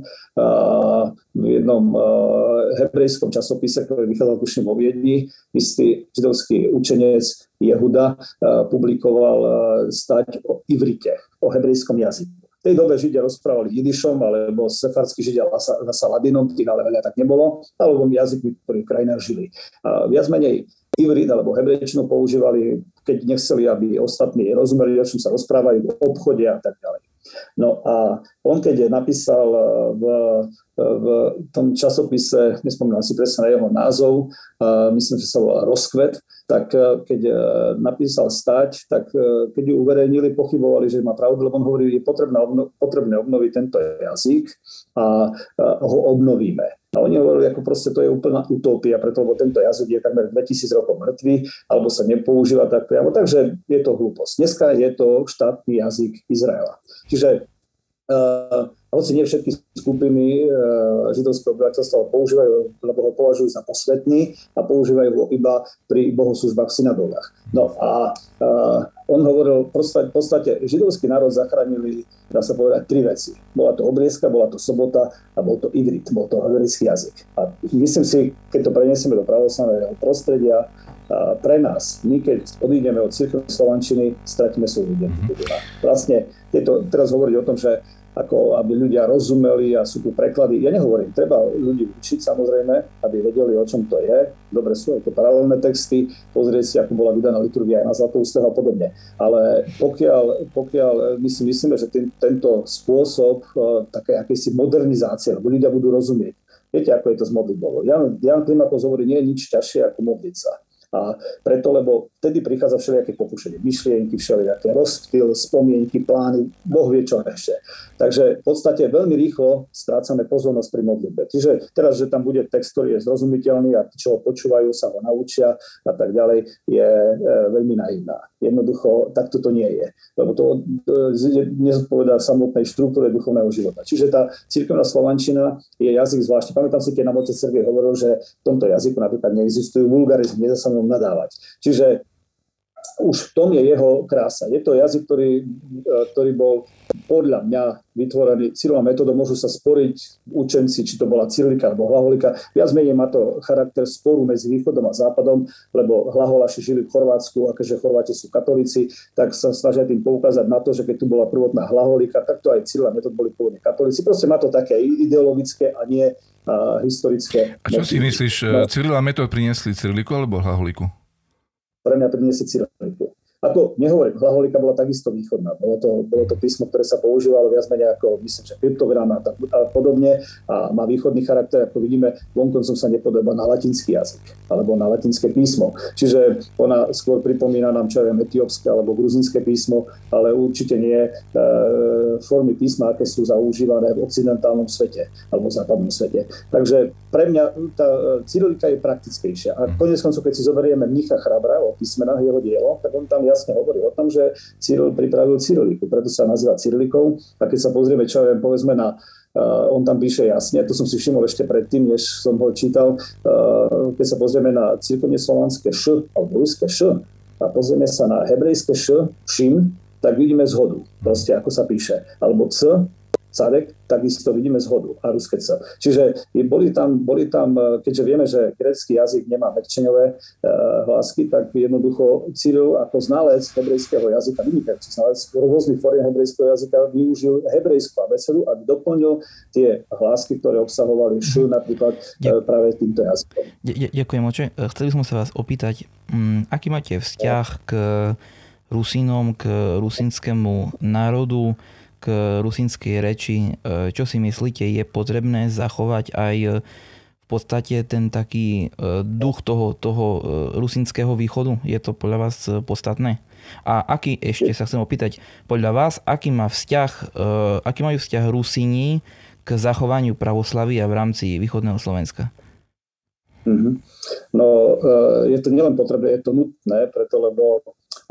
v jednom hebrejskom časopise, ktorý vychádzal tuším vo Viedni, istý židovský učenec Jehuda publikoval stať o ivrite, o hebrejskom jazyku. V tej dobe Židia rozprávali jidišom, alebo sefardskí Židia zasa ladinom, tých ale veľa tak nebolo, alebo jazykmi, ktorí v krajinách žili. A viac menej ivrit alebo hebrejčinu používali, keď nechceli, aby ostatní rozumeli, o čom sa rozprávajú, v obchode a tak ďalej. No a on, keď je napísal v, v tom časopise, nespomínam si presne na jeho názov, myslím, že sa volá Rozkvet, tak keď napísal stať, tak keď ju uverejnili, pochybovali, že má pravdu, lebo on hovorí, že je potrebné, obno, potrebné obnoviť tento jazyk a ho obnovíme. A oni hovorili, ako proste to je úplná utopia, preto lebo tento jazyk je takmer dvetisíc rokov mŕtvý, alebo sa nepoužíva tak priamo, takže je to hlúposť. Dneska je to štátny jazyk Izraela. Čiže uh, hoci nie všetky skupiny židovského obyvateľstva používajú, lebo ho považujú za posvätný a používajú ho iba pri bohoslužbách v synagógach. No a, a on hovoril, v podstate židovský národ zachránili, dá sa povedať, tri veci. Bola to obriezka, bola to sobota a bol to ivrit, bol to hebrejský jazyk. A myslím si, keď to preniesieme do pravoslavného prostredia, a pre nás, my keď odídeme od cirkevnej slovančiny, stratíme svoju identitu. Vlastne tieto, teraz hovoriť o tom, že ako aby ľudia rozumeli a sú tu preklady. Ja nehovorím, treba ľudí učiť samozrejme, aby vedeli, o čom to je. Dobre, sú aj to paralelné texty, pozrieť si, ako bola vydaná liturgia aj na Zlatoústeho a podobne. Ale pokiaľ, pokiaľ my si myslíme, že ten, tento spôsob uh, také akejsi modernizácie, lebo ľudia budú rozumieť. Viete, ako je to s modlitbou. Jan, Jan Klimakos hovorí, nie je nič ťažšie ako modliť sa. A preto, lebo vtedy prichádza všelijaké pokušenie, myšlienky, všelijaké rozptyl, spomienky, plány, Boh vie čo ešte. Takže v podstate veľmi rýchlo strácame pozornosť pri modlitbe. Čiže teraz, že tam bude text, ktorý je zrozumiteľný a tí, čo ho počúvajú, sa ho naučia a tak ďalej, je e, veľmi naivná. Jednoducho, takto to nie je. Lebo to e, nezodpovedá samotnej štruktúre duchovného života. Čiže tá cirkevná slovančina je jazyk zvláštny. Pamätám si, keď nám otec Sergej hovoril, že v tomto jazyku napríklad neexistujú vulgarizmy, nedá sa nadávať. Čiže už v tom je jeho krása. Je to jazyk, ktorý, ktorý bol podľa mňa vytvorený Cyrilom a Metodom. Môžu sa sporiť učenci, či to bola Cyrilika alebo Hlaholika. Viac menej má to charakter sporu medzi východom a západom, lebo Hlaholaši žili v Chorvátsku a keďže Chorváti sú katolíci, tak sa snažia tým poukázať na to, že keď tu bola prvotná Hlaholika, tak to aj Cyril a Metod boli pôvodne katolíci. Proste má to také ideologické a nie a historické. A čo si myslíš, no, Cyril a Metod priniesli Cyriliku alebo Hlaholiku? Pre mňa priniesli Cyriliku. Ako nehovorím, Hlaholika bola takisto východná. Bolo to, bolo to písmo, ktoré sa používalo viac menej ako, myslím, že kryptogram a, a podobne a má východný charakter, ako vidíme, vonkoncom sa nepodobá na latinský jazyk alebo na latinské písmo. Čiže ona skôr pripomína nám, čo je etiópske alebo gruzinské písmo, ale určite nie e, formy písma, aké sú zaužívané v occidentálnom svete alebo v západnom svete. Takže pre mňa tá Cyrilika je praktickejšia. A konec koncov, keď si zoberieme mnicha Chrabra o písmenách, jeho dielo, tak on tam jasne hovorí o tom, že Cyril pripravil Cyriliku, preto sa nazýva Cyrilikou. A keď sa pozrieme, čo viem, povedzme na, uh, on tam píše jasne, to som si všimol ešte predtým, než som ho čítal, uh, keď sa pozrieme na cirkevne slovanské š, alebo ruské š, a pozrieme sa na hebrejské š, šim, tak vidíme zhodu, proste ako sa píše. Alebo c, Cadek, takisto vidíme zhodu a ruské C. Čiže boli tam, boli tam, keďže vieme, že grécky jazyk nemá mäkčeňové e, hlásky, tak jednoducho Cyril ako znalec hebrejského jazyka, vynikajúci znalec rôznych foriem hebrejského jazyka, využil hebrejskú abecedu a doplnil tie hlásky, ktoré obsahovali š napríklad e, práve týmto jazykom. Ďakujem, oče. Chceli by som sa vás opýtať, m, aký máte vzťah k Rusínom, k rusínskému národu, k rusínskej reči. Čo si myslíte, je potrebné zachovať aj v podstate ten taký duch toho, toho rusínskeho východu? Je to podľa vás podstatné? A aký, ešte sa chcem opýtať, podľa vás, aký má vzťah, aký majú vzťah Rusíni k zachovaniu pravoslavia v rámci východného Slovenska? Mm-hmm. No, je to nielen potrebné, je to nutné, preto lebo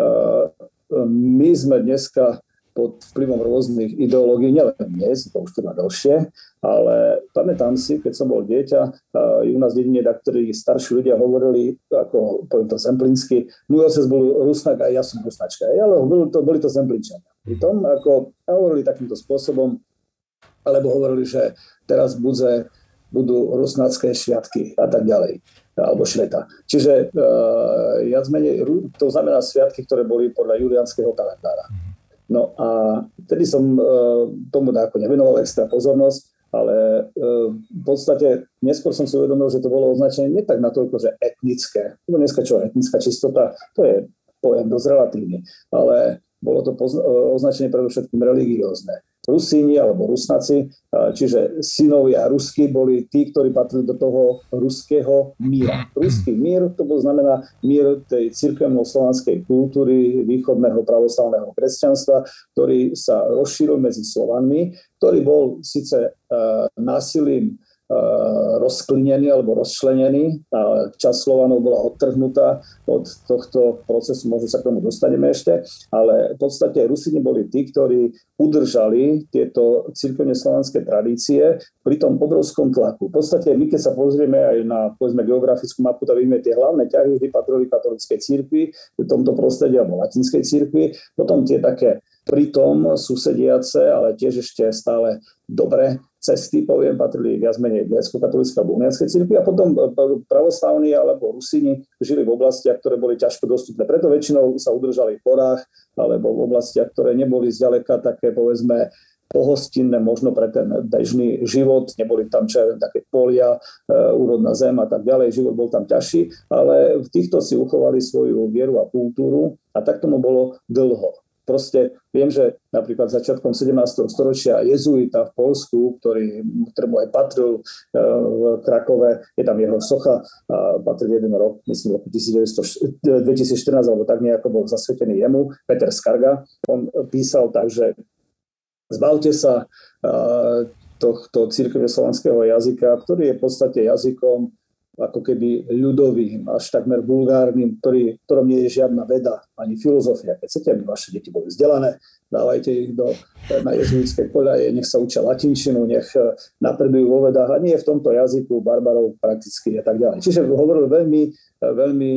my sme dneska pod vplyvom rôznych ideológií, nielen dnes, to už to má dlhšie, ale pamätám si, keď som bol dieťa, u nás v dedine, na ktorých starší ľudia hovorili, ako poviem to zemplínsky, môj otec bol Rusnak a ja som Rusnačka, ale boli to, boli to Zemplínčania. Pri tom, ako hovorili takýmto spôsobom, alebo hovorili, že teraz budze, budú rusnácké sviatky a tak ďalej, alebo šveta. Čiže uh, ja zmenej, to znamená sviatky, ktoré boli podľa juliánskeho kalendára. No a vtedy som e, tomu ako nevenoval extra pozornosť, ale e, v podstate neskôr som si uvedomil, že to bolo označené nie tak natoľko, že etnické. Lebo dneska čo, etnická čistota, to je pojem dosť relatívny, ale bolo to pozna- označenie predovšetkým religiózne. Rusíni alebo Rusnáci, čiže synovia Rusky boli tí, ktorí patrili do toho ruského míra. Ruský mír, to bol znamená mír tej cirkevno-slovanskej kultúry východného pravoslavného kresťanstva, ktorý sa rozšíril medzi Slovanmi, ktorý bol síce násilím rozklinený alebo rozčlenený a časť Slovanov bola odtrhnutá od tohto procesu, možno sa k tomu dostaneme ešte, ale v podstate Rusini boli tí, ktorí udržali tieto cirkevne slovanské tradície pri tom obrovskom tlaku. V podstate my, keď sa pozrieme aj na, povedzme, geografickú mapu, tak vidíme tie hlavné ťahy vždy patrili katolíckej cirkvi, v tomto prostredí alebo latinskej cirkvi, potom tie také pritom susediace, ale tiež ešte stále dobré cesty, poviem, patrili viac menej grécko-katolíckej alebo uniatskej cirkvi a potom pravoslávni alebo Rusini žili v oblastiach, ktoré boli ťažko dostupné. Preto väčšinou sa udržali v horách alebo v oblastiach, ktoré neboli zďaleka také, povedzme, pohostinné možno pre ten bežný život, neboli tam čo, také polia, e, úrodná zem a tak ďalej, život bol tam ťažší, ale v týchto si uchovali svoju vieru a kultúru a tak tomu bolo dlho. Proste viem, že napríklad začiatkom sedemnásteho storočia jezuita v Poľsku, ktorý, ktorému aj patril e, v Krakove, je tam jeho socha, a patril jeden rok, myslím, v roku dvetisícštrnásť, alebo tak nejako bol zasvetený jemu, Peter Skarga. On písal tak, že zbavte sa e, tohto cirkevne slovanského jazyka, ktorý je v podstate jazykom ako keby ľudovým, až takmer vulgárnym, ktorý, ktorom nie je žiadna veda ani filozofia. Keď chcete, aby vaše deti boli vzdelané, dávajte ich do, na jezuitské koľaje, nech sa učia latinčinu, nech napredujú vo vedách a nie v tomto jazyku barbarov prakticky a tak ďalej. Čiže hovoril veľmi, veľmi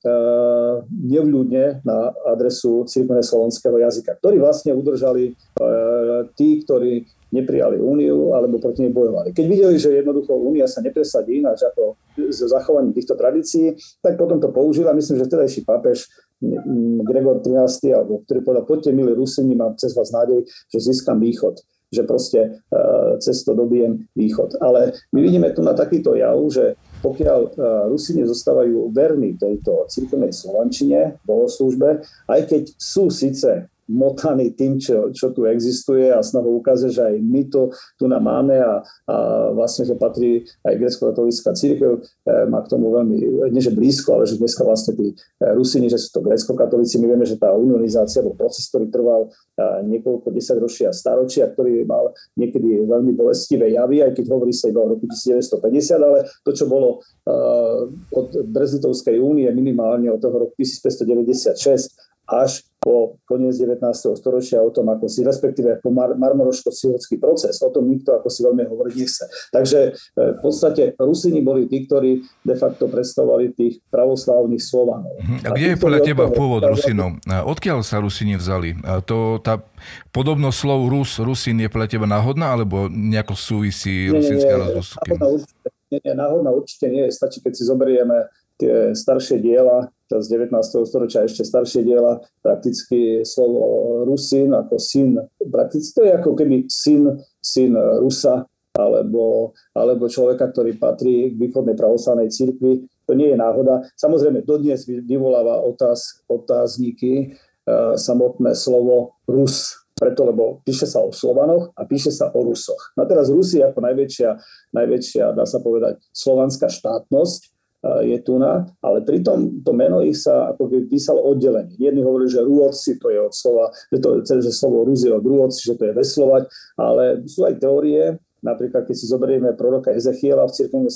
uh, nevľúdne na adresu cirkevne slovanského jazyka, ktorý vlastne udržali uh, tí, ktorí neprijali úniu alebo proti nej bojovali. Keď videli, že jednoducho únia sa nepresadí ináč ako s zachovaním týchto tradícií, tak potom to použil a myslím, že vtedajší pápež Gregor trinásty, alebo ktorý povedal, poďte milí Rusini, mám cez vás nádej, že získam východ, že proste uh, cez to dobijem východ. Ale my vidíme tu na takýto jav, že pokiaľ uh, Rusini zostávajú verní tejto cirkevnej slovančine, bohoslúžbe, aj keď sú síce motaný tým, čo, čo tu existuje a snahou ukázať, že aj my to tu nám máme a, a vlastne to patrí aj grécko-katolícka cirkev, e, má k tomu veľmi, nie že blízko, ale že dneska vlastne tí Rusini, že sú to grécko-katolíci, my vieme, že tá unionizácia bol proces, ktorý trval e, niekoľko desaťročí a staročí a ktorý mal niekedy veľmi bolestivé javy, aj keď hovorí sa iba o roku devätnásťstopäťdesiat, ale to, čo bolo e, od Brest-Litovskej únie minimálne od toho roku tisícpäťstodeväťdesiatšesť až po koniec devätnásteho storočia o tom, ako si, respektíve po mar- marmoroško-silotský proces, o tom nikto ako si veľmi hovoriť nechce. Takže v podstate Rusini boli tí, ktorí de facto predstavovali tých pravoslávnych Slovanov. A kde je podľa teba pôvod Rusinov? Odkiaľ sa Rusini vzali? To, tá podobnosť slov Rus, Rusin je podľa teba náhodná, alebo nejako súvisí rusinská rozhodnosť? Nie, nie, náhodná určite nie. Stačí, keď si zoberieme tie staršie diela z devätnásteho storočia, ešte staršie diela, prakticky slovo Rusin ako syn, prakticky to je ako keby syn, syn Rusa, alebo, alebo človeka, ktorý patrí k východnej pravoslavnej cirkvi. To nie je náhoda. Samozrejme, dodnes vyvoláva otáz, otázniky e, samotné slovo Rus. Preto, lebo píše sa o Slovanoch a píše sa o Rusoch. No teraz Rusi ako najväčšia, najväčšia, dá sa povedať, slovanská štátnosť je tu na, ale pritom to meno ich sa ako by písalo oddelenie. Jedni hovorili, že Rúoci, to je od slova, že to je že slovo Rus je od Rúoci, že to je veslovať, ale sú aj teórie, napríklad keď si zoberieme proroka Ezechiela v cirkevnom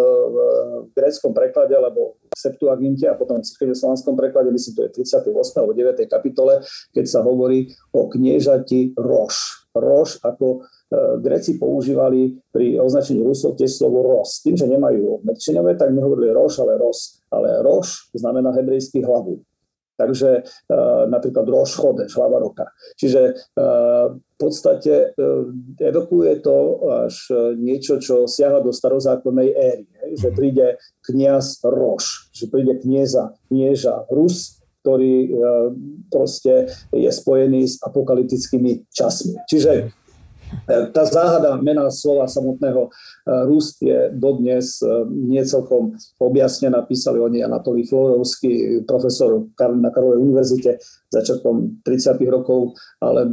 v gréckom preklade alebo v Septuaginte a potom v cirkevnom slovanskom preklade, myslím, to je tridsiatej ôsmej alebo deviatej kapitole, keď sa hovorí o kniežati Roš. Roš ako Gréci používali pri označení Rusov tiež slovo Ros. Tým, že nemajú medčeňové, tak nehovorili Roš, ale Ros. Ale Roš znamená hebrejský hlavu. Takže uh, napríklad Roš Chodeš, hlava roka. Čiže uh, v podstate uh, evokuje to až uh, niečo, čo siaha do starozákonnej éry. Hej? Že príde kňaz Roš, že príde knieza, knieža Rus, ktorý uh, proste je spojený s apokalyptickými časmi. Čiže tá záhada mena slova samotného Rus je dodnes nie celkom objasnená. Písali o nej Anatolij Florovský, profesor na Karlovej univerzite začiatkom tridsiatych rokov, alebo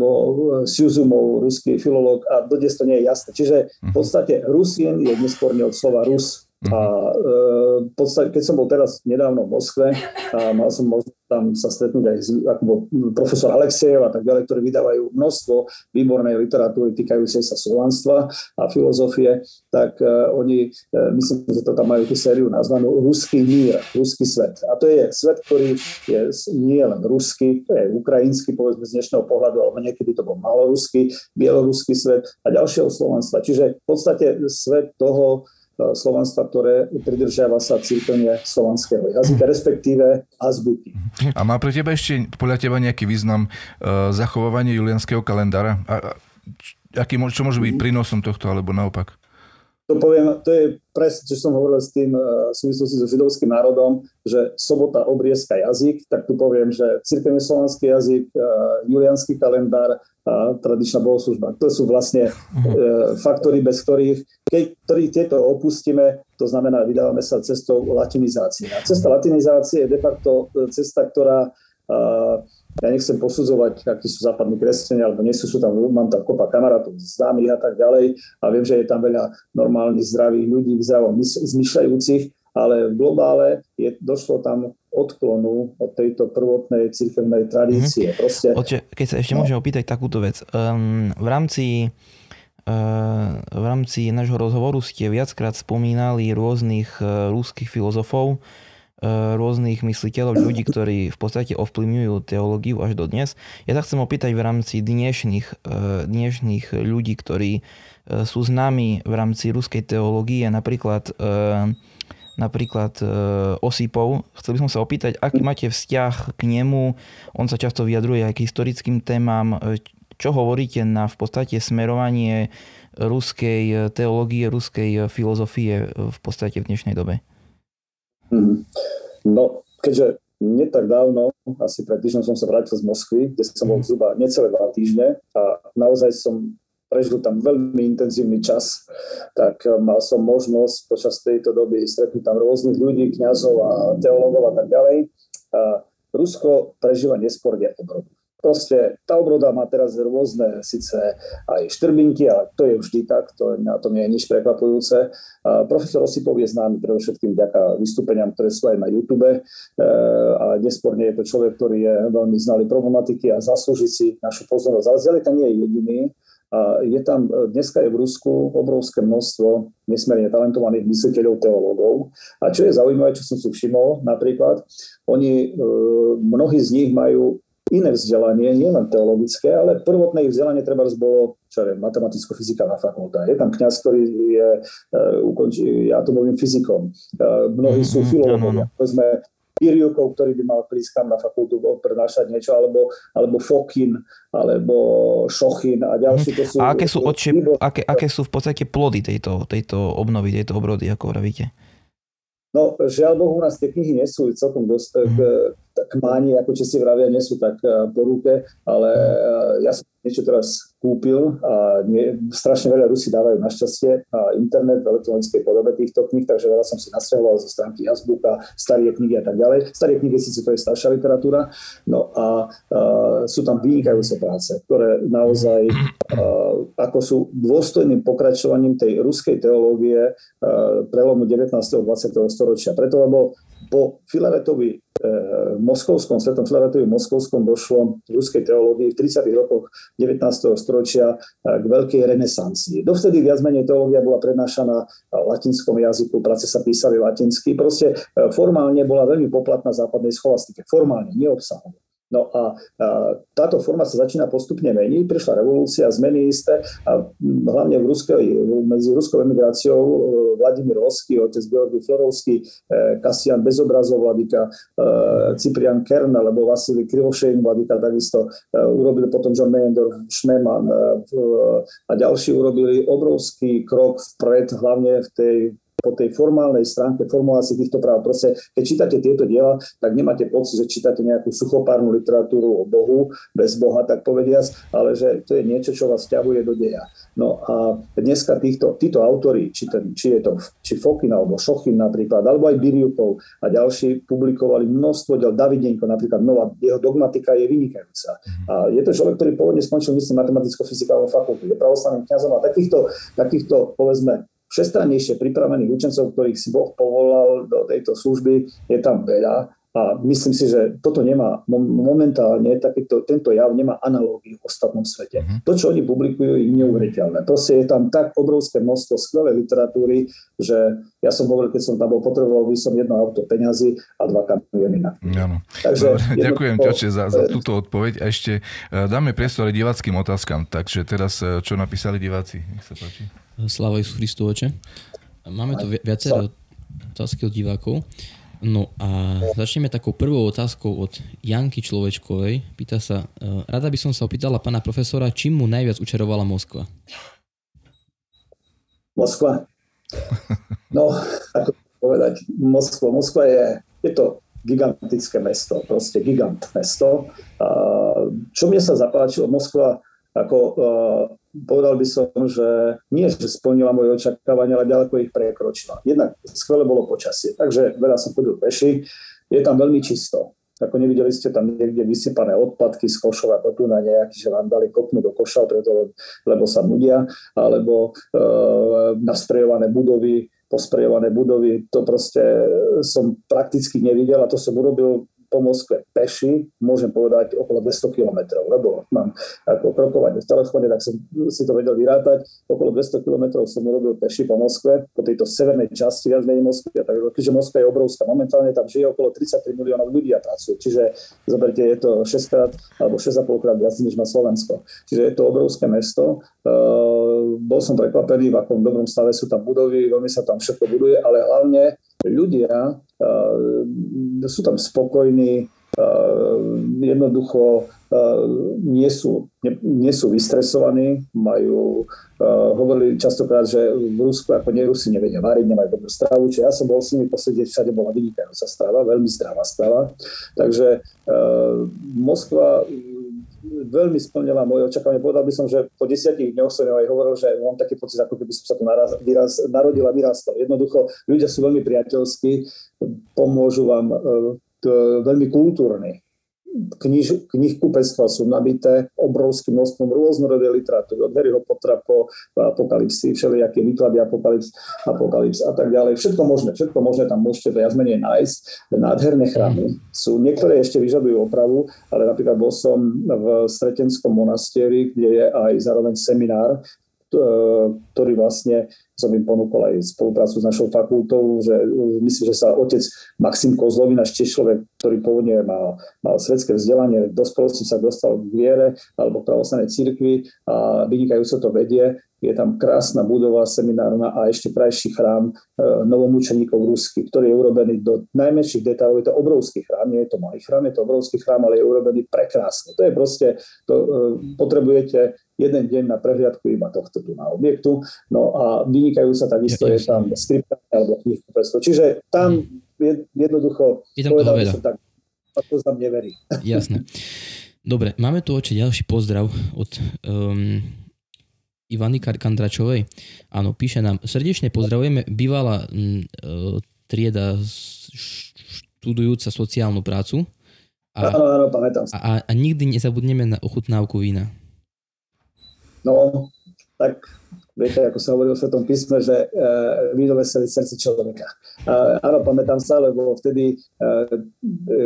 Siuzumov, ruský filológ, a dodnes to nie je jasné. Čiže v podstate Rusin je nesporne od slova Rus, A e, v podstate, keď som bol teraz nedávno v Moskve a mal som možnosť tam sa stretnúť aj s, ako profesor Alexejev a tak ďalej, ktorí vydávajú množstvo výbornej literatúry týkajúcej sa slovanstva a filozofie, tak uh, oni, uh, myslím, že to tam majú tú sériu nazvanú Ruský mír, Ruský svet. A to je svet, ktorý je nie len ruský, to je ukrajinský, povedzme z dnešného pohľadu, alebo niekedy to bol maloruský, bieloruský svet a ďalšieho slovanstva. Čiže v podstate svet toho slovanstva, ktoré pridržiava sa cirkevne slovanského jazyka, respektíve azbuky. A má pre teba ešte, podľa teba, nejaký význam uh, zachovávanie juliánskeho kalendára? A, aký, čo môže byť prínosom tohto, alebo naopak? To poviem, to je presne, čo som hovoril s tým uh, v súvislosti so židovským národom, že sobota obriezka jazyk, tak tu poviem, že cirkevne slovanský jazyk, uh, juliánsky kalendár a tradičná bohoslužba. To sú vlastne uh, faktory, bez ktorých, keď ktorý tieto opustíme, to znamená, vydávame sa cestou latinizácie. A cesta latinizácie je de facto cesta, ktorá uh, ja nechcem posudzovať, akí sú západní kresťania, alebo nie sú, sú tam, mám tam kopa kamarátov, známych a tak ďalej a viem, že je tam veľa normálnych, zdravých ľudí, zdravo zmyšľajúcich, ale v globále je, došlo tam odklonu od tejto prvotnej cirkevnej tradície. Mm-hmm. Proste, Oče, keď sa ešte no. môžem opýtať takúto vec. Um, v rámci uh, v rámci nášho rozhovoru ste viackrát spomínali rôznych uh, ruských filozofov, rôznych mysliteľov, ľudí, ktorí v podstate ovplyvňujú teológiu až do dnes. Ja sa chcem opýtať v rámci dnešných, dnešných ľudí, ktorí sú známi v rámci ruskej teológie, napríklad, napríklad Osipov. Chcel by som sa opýtať, aký máte vzťah k nemu. On sa často vyjadruje aj k historickým témam. Čo hovoríte na v podstate smerovanie ruskej teológie, ruskej filozofie v podstate v dnešnej dobe? No, keďže nie tak dávno, asi pred týždňom som sa vrátil z Moskvy, kde som bol zhruba necelé dva týždne a naozaj som prežil tam veľmi intenzívny čas, tak mal som možnosť počas tejto doby stretnúť tam rôznych ľudí, kňazov a teológov a tak ďalej. A Rusko prežíva nesporne obrodu. Proste tá obroda má teraz rôzne síce aj štrbinky, ale to je vždy tak, to, na tom nie je nič prekvapujúce. A profesor Osipov je známy predovšetkým vďaka vystúpeniam, ktoré sú aj na YouTube, e, ale nesporne je to človek, ktorý je veľmi znalý problematiky a zaslúži si našu pozornosť. Ale zďaleka tam nie je jediný. A je tam, dneska je v Rusku obrovské množstvo nesmierne talentovaných mysliteľov, teológov. A čo je zaujímavé, čo som si všimol, napríklad, oni, e, mnohí z nich majú iné vzdelanie, nie len teologické, ale prvotné ich vzdelanie trebárs bolo, čo je, matematicko-fyzikálna fakulta. Je tam kňaz, ktorý je, uh, ukončí, ja to mluvím fyzikom. Uh, mnohí mm-hmm, sú filológovia. Povedzme, Kiriukov, ktorý by mal prísť kam na fakultu prednášať niečo, alebo, alebo Fokin, alebo Šochin a ďalší. Mm-hmm. To sú, a aké sú, oči, aké, aké sú v podstate plody tejto, tejto obnovy, tejto obrody, ako vravíte? No, žiaľ Bohu, u nás tie knihy nie sú celkom dosť mm. k máni, ako Česi vravia, nie sú tak po ruke, ale ja som niečo teraz kúpil a nie, strašne veľa Rusi dávajú našťastie a internet v elektronickej podobe týchto kníh, takže veľa som si nasťahoval zo stránky Azbuka, staré knihy a tak ďalej. Staré knihy, síce to je staršia literatúra, no a, a sú tam vynikajúce práce, ktoré naozaj a, ako sú dôstojným pokračovaním tej ruskej teológie a, prelomu devätnásteho a dvadsiateho storočia. Preto, lebo po Filaretovi v moskovskom, svetom Filaretovi v moskovskom došlo v ruskej teológii v tridsiatych rokoch devätnásteho storočia k veľkej renesancii. Dovtedy viac menej teológia bola prednášaná v latinskom jazyku, práce sa písali latinsky. Proste formálne bola veľmi poplatná západnej scholastike. Formálne, neobsahovo. No a, a táto forma sa začína postupne meniť. Prišla revolúcia, zmeny isté a hlavne v ruskej, medzi ruskou emigráciou Vladimír Lossky, otec Georgij Florovský, Kasian Bezobrazov vladyka, Cyprian Kern alebo Vasilij Krivošejn vladyka, takisto urobili potom John Meyendorff, Schneemann a ďalší urobili obrovský krok vpred, hlavne v tej po tej formálnej stránke formulácie týchto práv. Proste, keď čítate tieto diela, tak nemáte pocit, že čítate nejakú suchopárnu literatúru o Bohu, bez Boha, tak povediac, ale že to je niečo, čo vás vťahuje do deja. No a dneska týchto, títo autori, či, ten, či je to či Fokin alebo Šochin napríklad, alebo aj Biriukov a ďalší publikovali množstvo diel. Davidenko napríklad, nová, jeho dogmatika je vynikajúca. A je to človek, ktorý pôvodne skončil, myslím, matematicko-fyzikálnu fakultu, je pravoslavným kňazom a takýchto, takýchto povedzme, všestrannejšie pripravených učencov, ktorých si Boh povolal do tejto služby, je tam veľa. A myslím si, že toto nemá momentálne, takýto, tento jav nemá analógiu v ostatnom svete. Uh-huh. To, čo oni publikujú, je neuveriteľné. Proste je tam tak obrovské množstvo skvelej literatúry, že ja som hovoril, keď som tam bol, potreboval by som jedno auto peňazí a dva kamiony na Áno. Ďakujem ťa za, za túto odpoveď. A ešte dáme priestor diváckym otázkam. Takže teraz, čo napísali diváci? Nech sa páči. Sláva Ježišu Kristu, oče. Máme tu viaceré otázky od divákov. No a začneme takou prvou otázkou od Janky Človečkovej. Pýta sa, rada by som sa opýtala pána profesora, čím mu najviac učarovala Moskva? Moskva? No, ako povedať, Moskva. Moskva je, je to gigantické mesto, proste gigant mesto. A čo mne sa zapáčilo, Moskva, ako uh, povedal by som, že nie, že splnila moje očakávania, ale ďaleko ich prekročila. Jednak skvelé bolo počasie, takže veľa som chodil peši, je tam veľmi čisto. Ako nevideli ste tam niekde vysypané odpadky z košov, ako tu na nejaký, že vám dali kopnúť do koša, preto, lebo sa nudia, alebo uh, nasprejované budovy, posprejované budovy, to proste som prakticky nevidel a to som urobil po Moskve peši, môžem povedať okolo dvesto kilometrov, lebo mám ako krokovanie v telefóne, tak som si to vedel vyrátať. Okolo dvesto kilometrov som urobil peši po Moskve, po tejto severnej časti viac menej Moskvy. Takže keďže Moskva je obrovská, momentálne tam žije okolo tridsaťtri miliónov ľudí a pracuje. Čiže zoberte, je to šesťkrát alebo šesť a pol krát viac, než má Slovensko. Čiže je to obrovské mesto. Uh, bol som prekvapený, v akom dobrom stave sú tam budovy, veľmi sa tam všetko buduje, ale hlavne ľudia uh, sú tam spokojní, uh, jednoducho uh, nie, sú, nie, nie sú vystresovaní, majú, uh, hovorili častokrát, že v Rusku ako nie Rusi nevedia variť, nemajú dobrú stravu, čiže ja som bol s nimi posledieť, všade bola vynikajúca strava, veľmi zdravá strava, takže uh, Moskva veľmi splnila moje očakávanie. Povedal by som, že po desiatich dňoch som aj hovoril, že mám taký pocit, ako keby som sa tu naraz, vyraz, narodil a vyrastol. Jednoducho, ľudia sú veľmi priateľskí, pomôžu vám, e, to, veľmi kultúrni. Kniž, knihkupectva sú nabité obrovským množstvom rôznorodej literatúry, od Harryho Pottera po apokalypsy, všelijaké výklady apokalyps, apokalyps a tak ďalej. Všetko možné, všetko možné tam môžete viac menej nájsť. Nádherné chrámy sú, niektoré ešte vyžadujú opravu, ale napríklad bol som v Stretenskom monastieri, kde je aj zároveň seminár, ktorý vlastne som im ponúkol aj spoluprácu s našou fakultou, že myslím, že sa otec Maxim Kozlovin, náš tiež človek, ktorý pôvodne mal, mal svetské vzdelanie, v dospelosti sa dostal k viere alebo k pravoslavnej cirkvi a vynikajúco to vedie. Je tam krásna budova seminárna a ešte krajší chrám e, novomučeníkov ruských, ktorý je urobený do najmenších detailov. Je to obrovský chrám, nie je to malý chrám, je to obrovský chrám, ale je urobený prekrásne. To je proste, to, e, potrebujete jeden deň na prehliadku iba tohto tu na objektu. No a vynikajúca takisto je, je tam skripta alebo knihkupectvo. Čiže tam je, jednoducho je tam toho veľa. Tak, to tam neverí. Jasné. Dobre, máme tu oči ďalší pozdrav od um, Ivany Kandračovej. Áno, píše nám, srdečne pozdravujeme, bývalá um, trieda študujúca sociálnu prácu. A, áno, áno, pamätám sa. A, a nikdy nezabudneme na ochutnávku vína. No, tak viete, ako sa hovorilo v Svetom písme, že e, víno veselí srdce človeka. E, áno, pamätám sa, lebo vtedy e, e,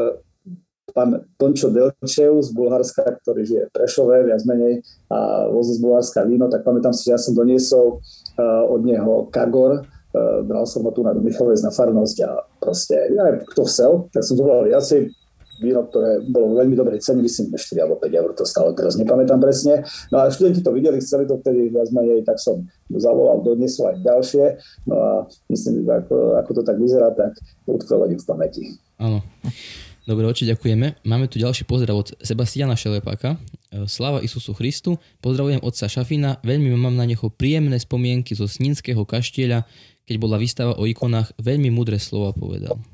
pán Tončo Delčev z Bulharska, ktorý žije v Prešove, viac menej, a vozí z Bulharska víno, tak pamätám si, že ja som doniesol e, od neho Kagor, e, bral som ho tu na Michalovec na farnosť a proste, ja, kto chcel, tak som to bral viacej. Víno, ktoré bolo veľmi dobrej ceny, myslím, štyri alebo päť eur to stalo, teraz nepamätám presne. No a študenti to videli, chceli to vtedy viac menej, tak som zavolal, doniesol aj ďalšie. No a myslím, ako, ako to tak vyzerá, tak utkvelo v pamäti. Áno. Dobre, oči, ďakujeme. Máme tu ďalší pozdrav od Sebastiana Šelepáka. Sláva Isusu Christu. Pozdravujem otca Šafina. Veľmi mám na neho príjemné spomienky zo Snínskeho kaštieľa, keď bola výstava o ikonách. Veľmi múdre slova povedal.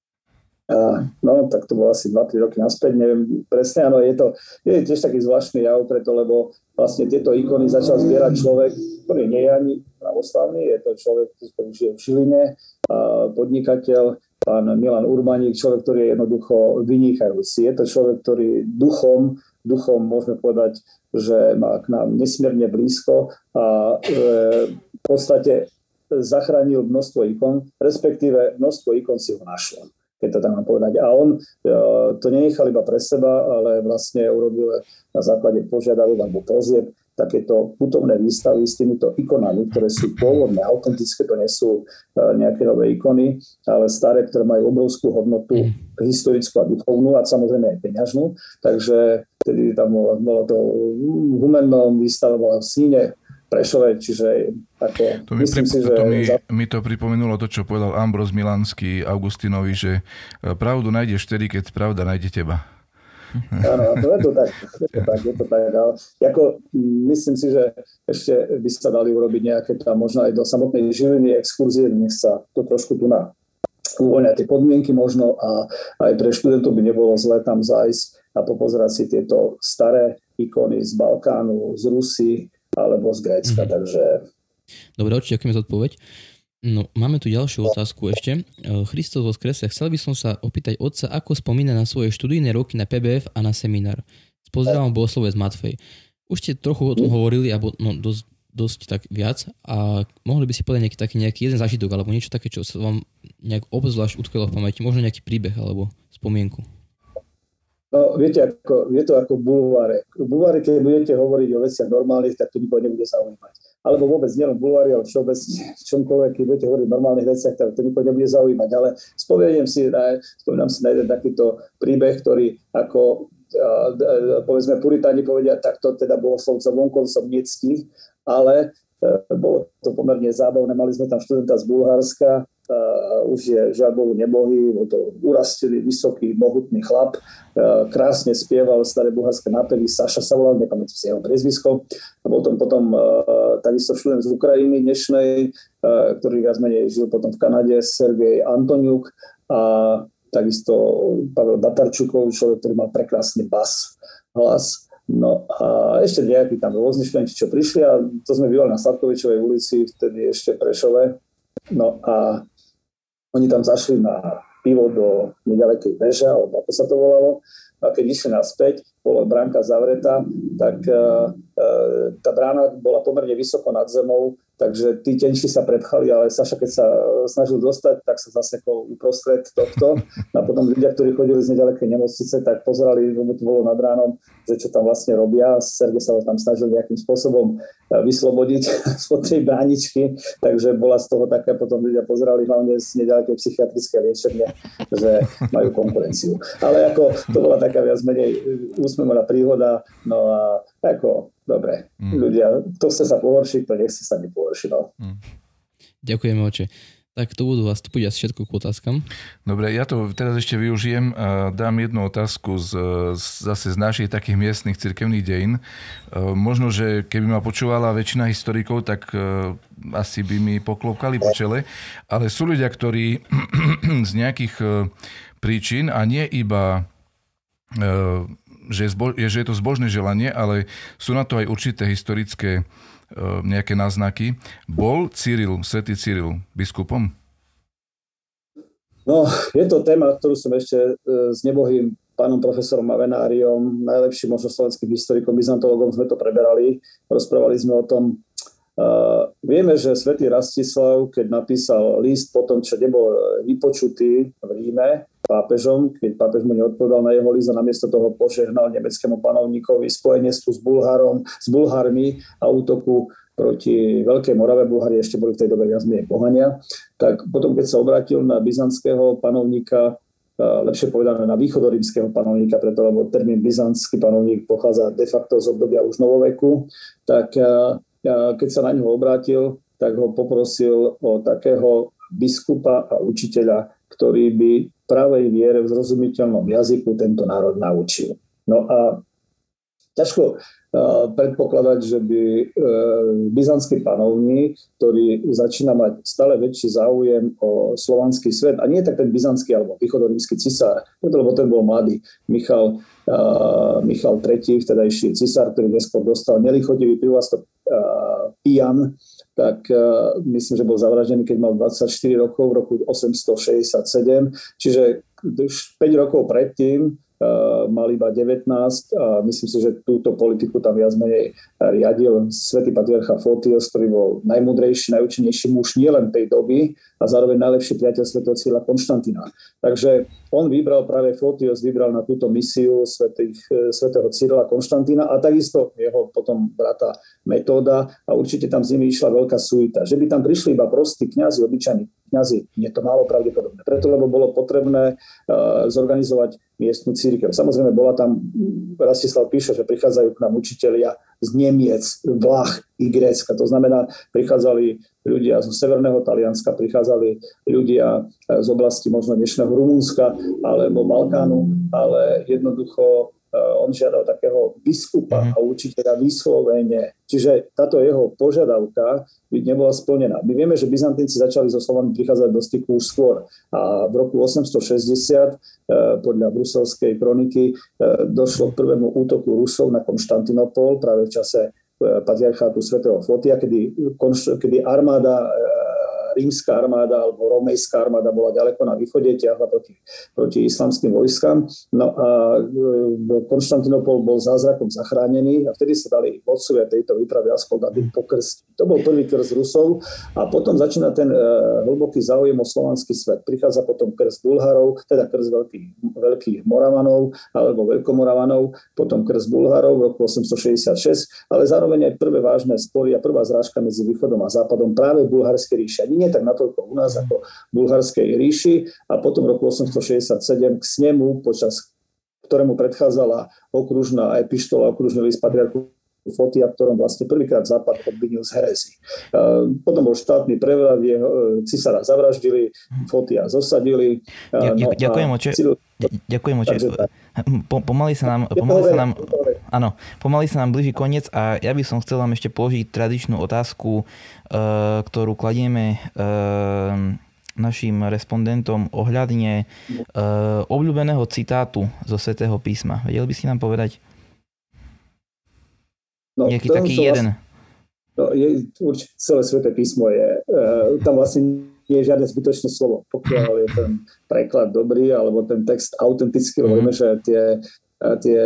No, tak to bolo asi dva tri roky naspäť, neviem presne, áno, je to je tiež taký zvláštny jav, preto, lebo vlastne tieto ikony začal zbierať človek, ktorý nie je ani pravoslavný, je to človek, ktorý žije v Žiline, podnikateľ, pán Milan Urbaník, človek, ktorý je jednoducho vynikajúci. Je to človek, ktorý duchom, duchom môžeme povedať, že má k nám nesmierne blízko a e, v podstate zachránil množstvo ikon, respektíve množstvo ikon si ho našlo, keď to tam mám povedať. A on to nenechal iba pre seba, ale vlastne urobil na základe požiadavok alebo prozieb takéto putovné výstavy s týmito ikonami, ktoré sú pôvodné, autentické, to nie sú nejaké nové ikony, ale staré, ktoré majú obrovskú hodnotu historickú a duchovnú a samozrejme aj peňažnú. Takže tedy tam bolo, bolo to v Humennom výstave, bola v Sníne, Prešove, čiže ako, to mi, myslím pri, si, že... To mi, mi to pripomenulo to, čo povedal Ambroz Milanský Augustinovi, že pravdu nájdeš vtedy, keď pravda nájde teba. Áno, to je to tak. Je to tak, je to tak. Ale ako, myslím si, že ešte by sa dali urobiť nejaké tam možno aj do samotnej Žiliny exkurzie, nech sa to trošku tu na uvoľnia tie podmienky možno a aj pre študentov by nebolo zlé tam zájsť a popozerať si tieto staré ikony z Balkánu, z Rusy alebo z Grécka, mm-hmm. takže... Dobre, určite ďakujeme za odpoveď. No, máme tu ďalšiu otázku ešte. Christos voskresie. Chcel by som sa opýtať otca, ako spomína na svoje študijné roky na pé bé ef a na seminár. S pozdravom bohoslovec Matfej. Už ste trochu o tom hovorili, alebo no, dosť, dosť tak viac a mohli by si povedať nejaký, taký, nejaký jeden zážitok alebo niečo také, čo sa vám nejak obzvlášť utkvelo v pamäti, možno nejaký príbeh alebo spomienku. No, viete, ako, je to ako v bulváre. V bulváre, keď budete hovoriť o veciach normálnych, tak to nikoho nebude zaujímať. Alebo vôbec nielen v bulvári, ale všeobecne v čomkoľvek, keď budete hovoriť o normálnych veciach, tak to nikoho nebude zaujímať. Ale spomeniem si, spomínam si na jeden takýto príbeh, ktorý ako, povedzme, puritáni povedia, tak to teda bolo slovca vonkoncom neckých, ale bolo to pomerne zábavné. Mali sme tam študenta z Bulharska, Uh, už je žiaľ Bohu nebohý, bol to urastilý, vysoký, mohutný chlap, uh, krásne spieval staré bulharské nápevy, Saša sa volal, nepamätám si jeho priezvisko. A potom, potom uh, takisto študent z Ukrajiny dnešnej, uh, ktorý viac menej žil potom v Kanade, Sergej Antoniuk a takisto Pavel Batarčukov, človek, ktorý mal prekrásny bas, hlas. No a ešte nejakí tam rôzni študenti, čo prišli a to sme bývali na Sladkovičovej ulici, vtedy ešte Prešove. No a oni tam zašli na pivo do nedalekej veže, alebo ako sa to volalo. A keď išli naspäť, bola bránka zavretá, tak uh, uh, tá brána bola pomerne vysoko nad zemou, takže tí tenčí sa prepchali, ale Saša, keď sa snažil dostať, tak sa zasekol uprostred tohto. A potom ľudia, ktorí chodili z nedalekej nemocnice, tak pozerali, že mu to bolo nad ránom, že čo tam vlastne robia. Sergej sa ho tam snažil nejakým spôsobom vyslobodiť spod tej bráničky, takže bola z toho taká, potom ľudia pozerali hlavne z nedalekej psychiatrické liečebne, že majú konkurenciu. Ale ako to bola taká viac menej úsmevná príhoda, no a ako dobre, mm. ľudia, kto chce sa pohoršiť, to nechce sa nepohoršiť. No. Mm. Ďakujeme, oče. Tak to budú vás, to bude asi všetko k otázkam. Dobre, ja to teraz ešte využijem a dám jednu otázku z, z, zase z našich takých miestnych cirkevných dejín. Možno, že keby ma počúvala väčšina historikov, tak asi by mi poklopkali po čele, ale sú ľudia, ktorí z nejakých príčin a nie iba že je, zbo- že je to zbožné želanie, ale sú na to aj určité historické nejaké náznaky. Bol Cyril, svätý Cyril, biskupom? No, je to téma, ktorú som ešte s nebohým pánom profesorom Avenáriom, najlepším možno slovenským historikom, byzantologom, sme to preberali. Rozprávali sme o tom. Uh, vieme, že svätý Rastislav, keď napísal list po tom, čo nebol vypočutý v Ríme pápežom, keď pápež mu neodpovedal na jeho list a namiesto toho požehnal nemeckému panovníkovi spojenectvu s Bulharom, s Bulharmi a útoku proti Veľkej Morave, Bulhári ešte boli v tej dobe viac menej pohania, tak potom, keď sa obrátil na byzantského panovníka, lepšie povedané na východorímskeho panovníka, preto lebo termín byzantský panovník pochádza de facto z obdobia už novoveku, tak keď sa na ňo obrátil, tak ho poprosil o takého biskupa a učiteľa, ktorý by pravej viere v zrozumiteľnom jazyku tento národ naučil. No a ťažko uh, predpokladať, že by uh, byzantský panovník, ktorý začína mať stále väčší záujem o slovanský svet, a nie tak ten byzantský alebo východorímsky cisár, lebo ten bol mladý, Michal, uh, Michal tretí, vtedajší cisár, ktorý neskôr dostal nelichotivý prívlastok uh, Pijan, tak uh, myslím, že bol zavraždený, keď mal dvadsaťštyri rokov v roku osemstošesťdesiatsedem, čiže už päť rokov predtým mal iba devätnásť a myslím si, že túto politiku tam viac menej riadil svätý patriarcha Fotios, ktorý bol najmudrejší, najúčinnejší muž nielen tej doby a zároveň najlepší priateľ svätého Cyrila Konštantína. Takže on vybral práve Fotios, vybral na túto misiu svätých, svätého Cyrila Konštantína a takisto jeho potom brata Metóda a určite tam s nimi išla veľká suita. Že by tam prišli iba prostí kňazi, obyčajní kňazi, je to málo pravdepodobné. Preto, lebo bolo potrebné uh, zorganizovať miestnu cirkev. Samozrejme, bola tam, Rastislav píše, že prichádzajú k nám učitelia z Nemiec, Vlach i Grécka. To znamená, prichádzali ľudia zo severného Talianska, prichádzali ľudia z oblasti možno dnešného Rumunska alebo Balkánu, ale jednoducho on žiadal takého biskupa a učiteľa vyslovene. Čiže táto jeho požiadavka by nebola splnená. My vieme, že Byzantínci začali so Slovami prichádzať do styku už skôr. A v roku osemstošesťdesiat podľa bruselskej kroniky došlo k prvému útoku Rusov na Konštantinopol práve v čase patriarchátu svätého Fotia, kedy, kedy armáda rímska armáda alebo romejská armáda bola ďaleko na východe, ťahla proti, proti islamským vojskám. No a Konštantinopol bol zázrakom zachránený a vtedy sa dali vodcovia tejto výpravy aspoň dať pokrstiť. To bol prvý krst Rusov a potom začína ten uh, hlboký záujem o slovanský svet. Prichádza potom krst Bulharov, teda krst veľkých, veľkých Moravanov alebo Veľkomoravanov, potom krst Bulharov v roku osemstošesťdesiatšesť, ale zároveň aj prvé vážne spory a prvá zrážka medzi východom a západom práve v Bulharskej ríši. Nie tak natoľko u nás ako v Bulharskej ríši a potom v roku osemstošesťdesiatsedem k snemu, počas ktorému predchádzala okružná epištola, okružný list patriarchu Fotia, v ktorom vlastne prvýkrát Západ obvinil z herezy. Potom bol štátny prevrat, cisára zavraždili, Fotia zosadili. Ja, no ďakujem, oče. Ďakujem, oče. Pomaly sa nám... Pomaly sa nám Áno, pomaly sa nám blíži koniec a ja by som chcel vám ešte položiť tradičnú otázku, ktorú kladieme našim respondentom ohľadne obľúbeného citátu zo Svätého písma. Vedel by si nám povedať? No, nejaký taký jeden. Vlastne, no, je, určite celé Sväté písmo je, tam vlastne nie je žiadne zbytočné slovo. Pokiaľ je ten preklad dobrý, alebo ten text autentický, mm. vieme, že tie, tie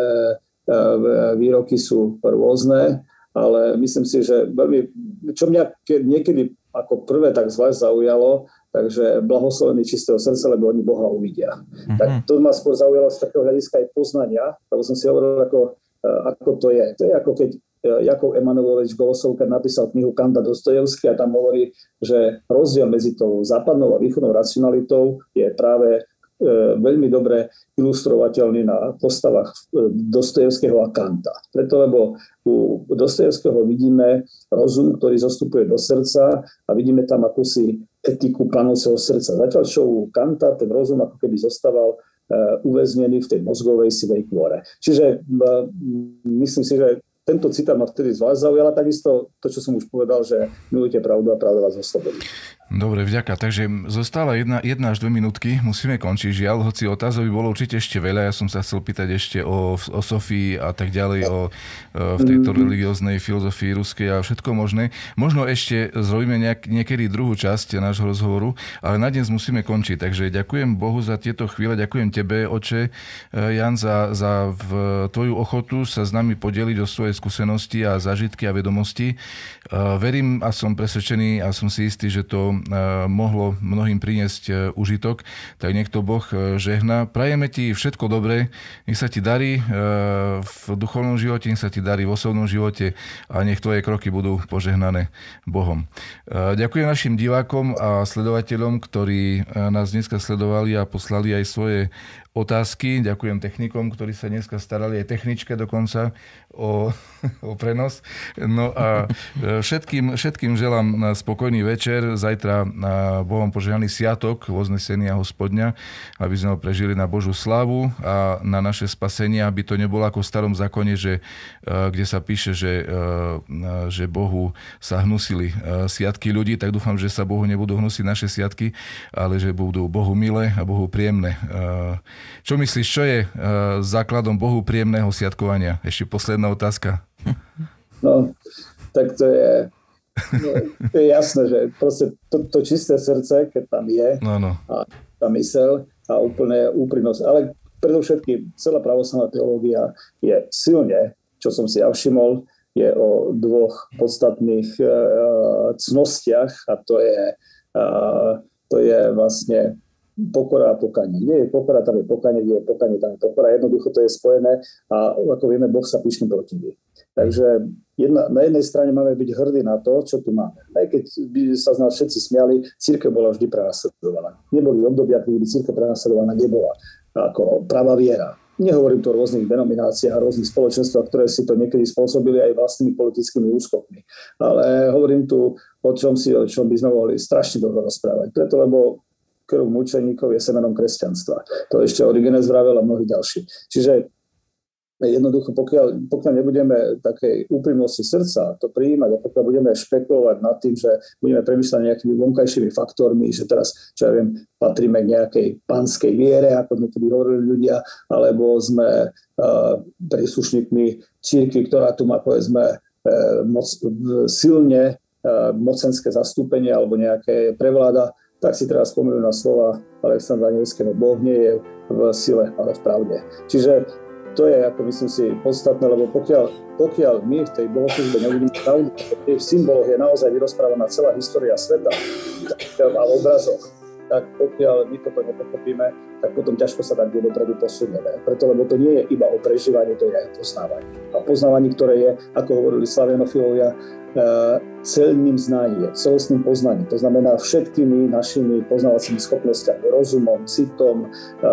výroky sú rôzne, ale myslím si, že veľmi, čo mňa niekedy ako prvé tak zvlášť zaujalo, takže blahoslovení čistého srdca, lebo oni Boha uvidia. Mm-hmm. Tak to ma skôr zaujalo z takého hľadiska aj poznania, lebo som si hovoril, ako, ako to je. To je ako keď Jakov Emanuelovič Golosovka napísal knihu Kanda Dostojevský a tam hovorí, že rozdiel medzi tou západnou a východnou racionalitou je práve veľmi dobre ilustrovateľný na postavách Dostojevského a Kanta. Preto, lebo u Dostojevského vidíme rozum, ktorý zostupuje do srdca a vidíme tam akúsi etiku panúceho srdca. Zatiaľ, čo u Kanta ten rozum ako keby zostával uväznený v tej mozgovej sivej kôre. Čiže myslím si, že tento citát ma vtedy zvlášť zaujala, takisto to, čo som už povedal, že milujte pravdu a pravda vás oslobodí. Dobre, vďaka. Takže zostáva jedna, jedna až dve minútky, musíme končiť. Žiaľ, hoci otázok by bolo určite ešte veľa. Ja som sa chcel pýtať ešte o, o Sofii a tak ďalej, o, v tejto religióznej filozofii ruskej a všetko možné. Možno ešte zrobíme nejak, niekedy druhú časť nášho rozhovoru, ale na dnes musíme končiť. Takže ďakujem Bohu za tieto chvíle, ďakujem tebe, oče Jan, za, za v, tvoju ochotu sa s nami podeliť o svoje skúsenosti a zážitky a vedomosti. Verím a som presvedčený a som si istý, že to mohlo mnohým priniesť užitok, tak nech to Boh žehná. Prajeme ti všetko dobré, nech sa ti darí v duchovnom živote, nech sa ti darí v osobnom živote a nech tvoje kroky budú požehnané Bohom. Ďakujem našim divákom a sledovateľom, ktorí nás dneska sledovali a poslali aj svoje otázky. Ďakujem technikom, ktorí sa dneska starali, aj techničke dokonca o, o prenos. No a všetkým, všetkým želám spokojný večer, zajtra na Bohom požehnaný sviatok Voznesenia Hospodňa, aby sme ho prežili na Božiu slávu a na naše spasenie, aby to nebolo ako v starom zákone, že, kde sa píše, že, že Bohu sa hnusili sviatky ľudí, tak dúfam, že sa Bohu nebudú hnusiť naše sviatky, ale že budú Bohu milé a Bohu príjemné. Čo myslíš, čo je uh, základom Bohu príjemného sviatkovania? Ešte posledná otázka. No, tak to je, no, to je jasné, že proste to, to čisté srdce, keď tam je, no, no. A tá myseľ a úplne úprimnosť. Ale predovšetkým celá pravoslavná teológia je silne, čo som si ja všimol, je o dvoch podstatných uh, cnostiach a to je, uh, to je vlastne pokora a pokanie. Nie je pokora, tam je pokanie, nie je pokanie, tam je pokora. Jednoducho to je spojené a ako vieme, Boh sa pyšne protiví. Takže jedna, na jednej strane máme byť hrdí na to, čo tu máme. Aj keď by sa z nás všetci smiali, cirkev bola vždy prenasledovaná. Neboli obdobia, kedy by cirkev prenasledovaná nebola ako pravá viera. Nehovorím tu o rôznych denomináciách a rôznych spoločenstvách, ktoré si to niekedy spôsobili aj vlastnými politickými úskokmi. Ale hovorím tu o čom si, o čom by sme mohli strašne dlho rozprávať. Preto, lebo krv mučeníkov je semenom kresťanstva. To ešte Origenes vravel a mnohí ďalší. Čiže jednoducho, pokiaľ, pokiaľ nebudeme takej úprimnosti srdca to prijímať a pokiaľ budeme špekulovať nad tým, že budeme premýšľať nejakými vonkajšími faktormi, že teraz, čo ja viem, patríme k nejakej panskej viere, ako niekedy hovorili ľudia, alebo sme uh, príslušníkmi cirkvi, ktorá tu má, povedzme, uh, moc, silne uh, mocenské zastúpenie alebo nejaké prevláda, tak si teraz spomenú na slova Alexandra Nevského, Boh nie je v sile, ale v pravde. Čiže to je, ako myslím si, podstatné, lebo pokiaľ, pokiaľ my v tej bohoslužbe nevidíme pravdu, v symboloch je naozaj vyrozprávaná celá história sveta a v obrazoch, tak pokiaľ my toto nepochopíme, tak potom ťažko sa tak dopredu posunieme. Preto, lebo to nie je iba o prežívaní, to je aj poznávanie. A poznávanie, slavenovaní, ktoré je, ako hovorili slavenofilovia, celným znaním, celostným poznaním. To znamená všetkými našimi poznávacími schopnosťami, rozumom, citom,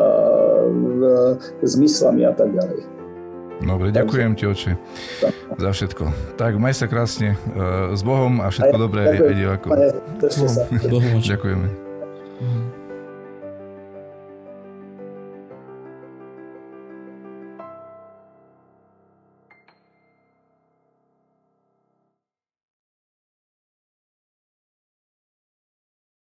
zmyslami a tak ďalej. Dobre, ďakujem ti, oče, za všetko. Tak, maj sa krásne, s Bohom a všetko dobré aj divákom. Držte sa. Ďakujeme.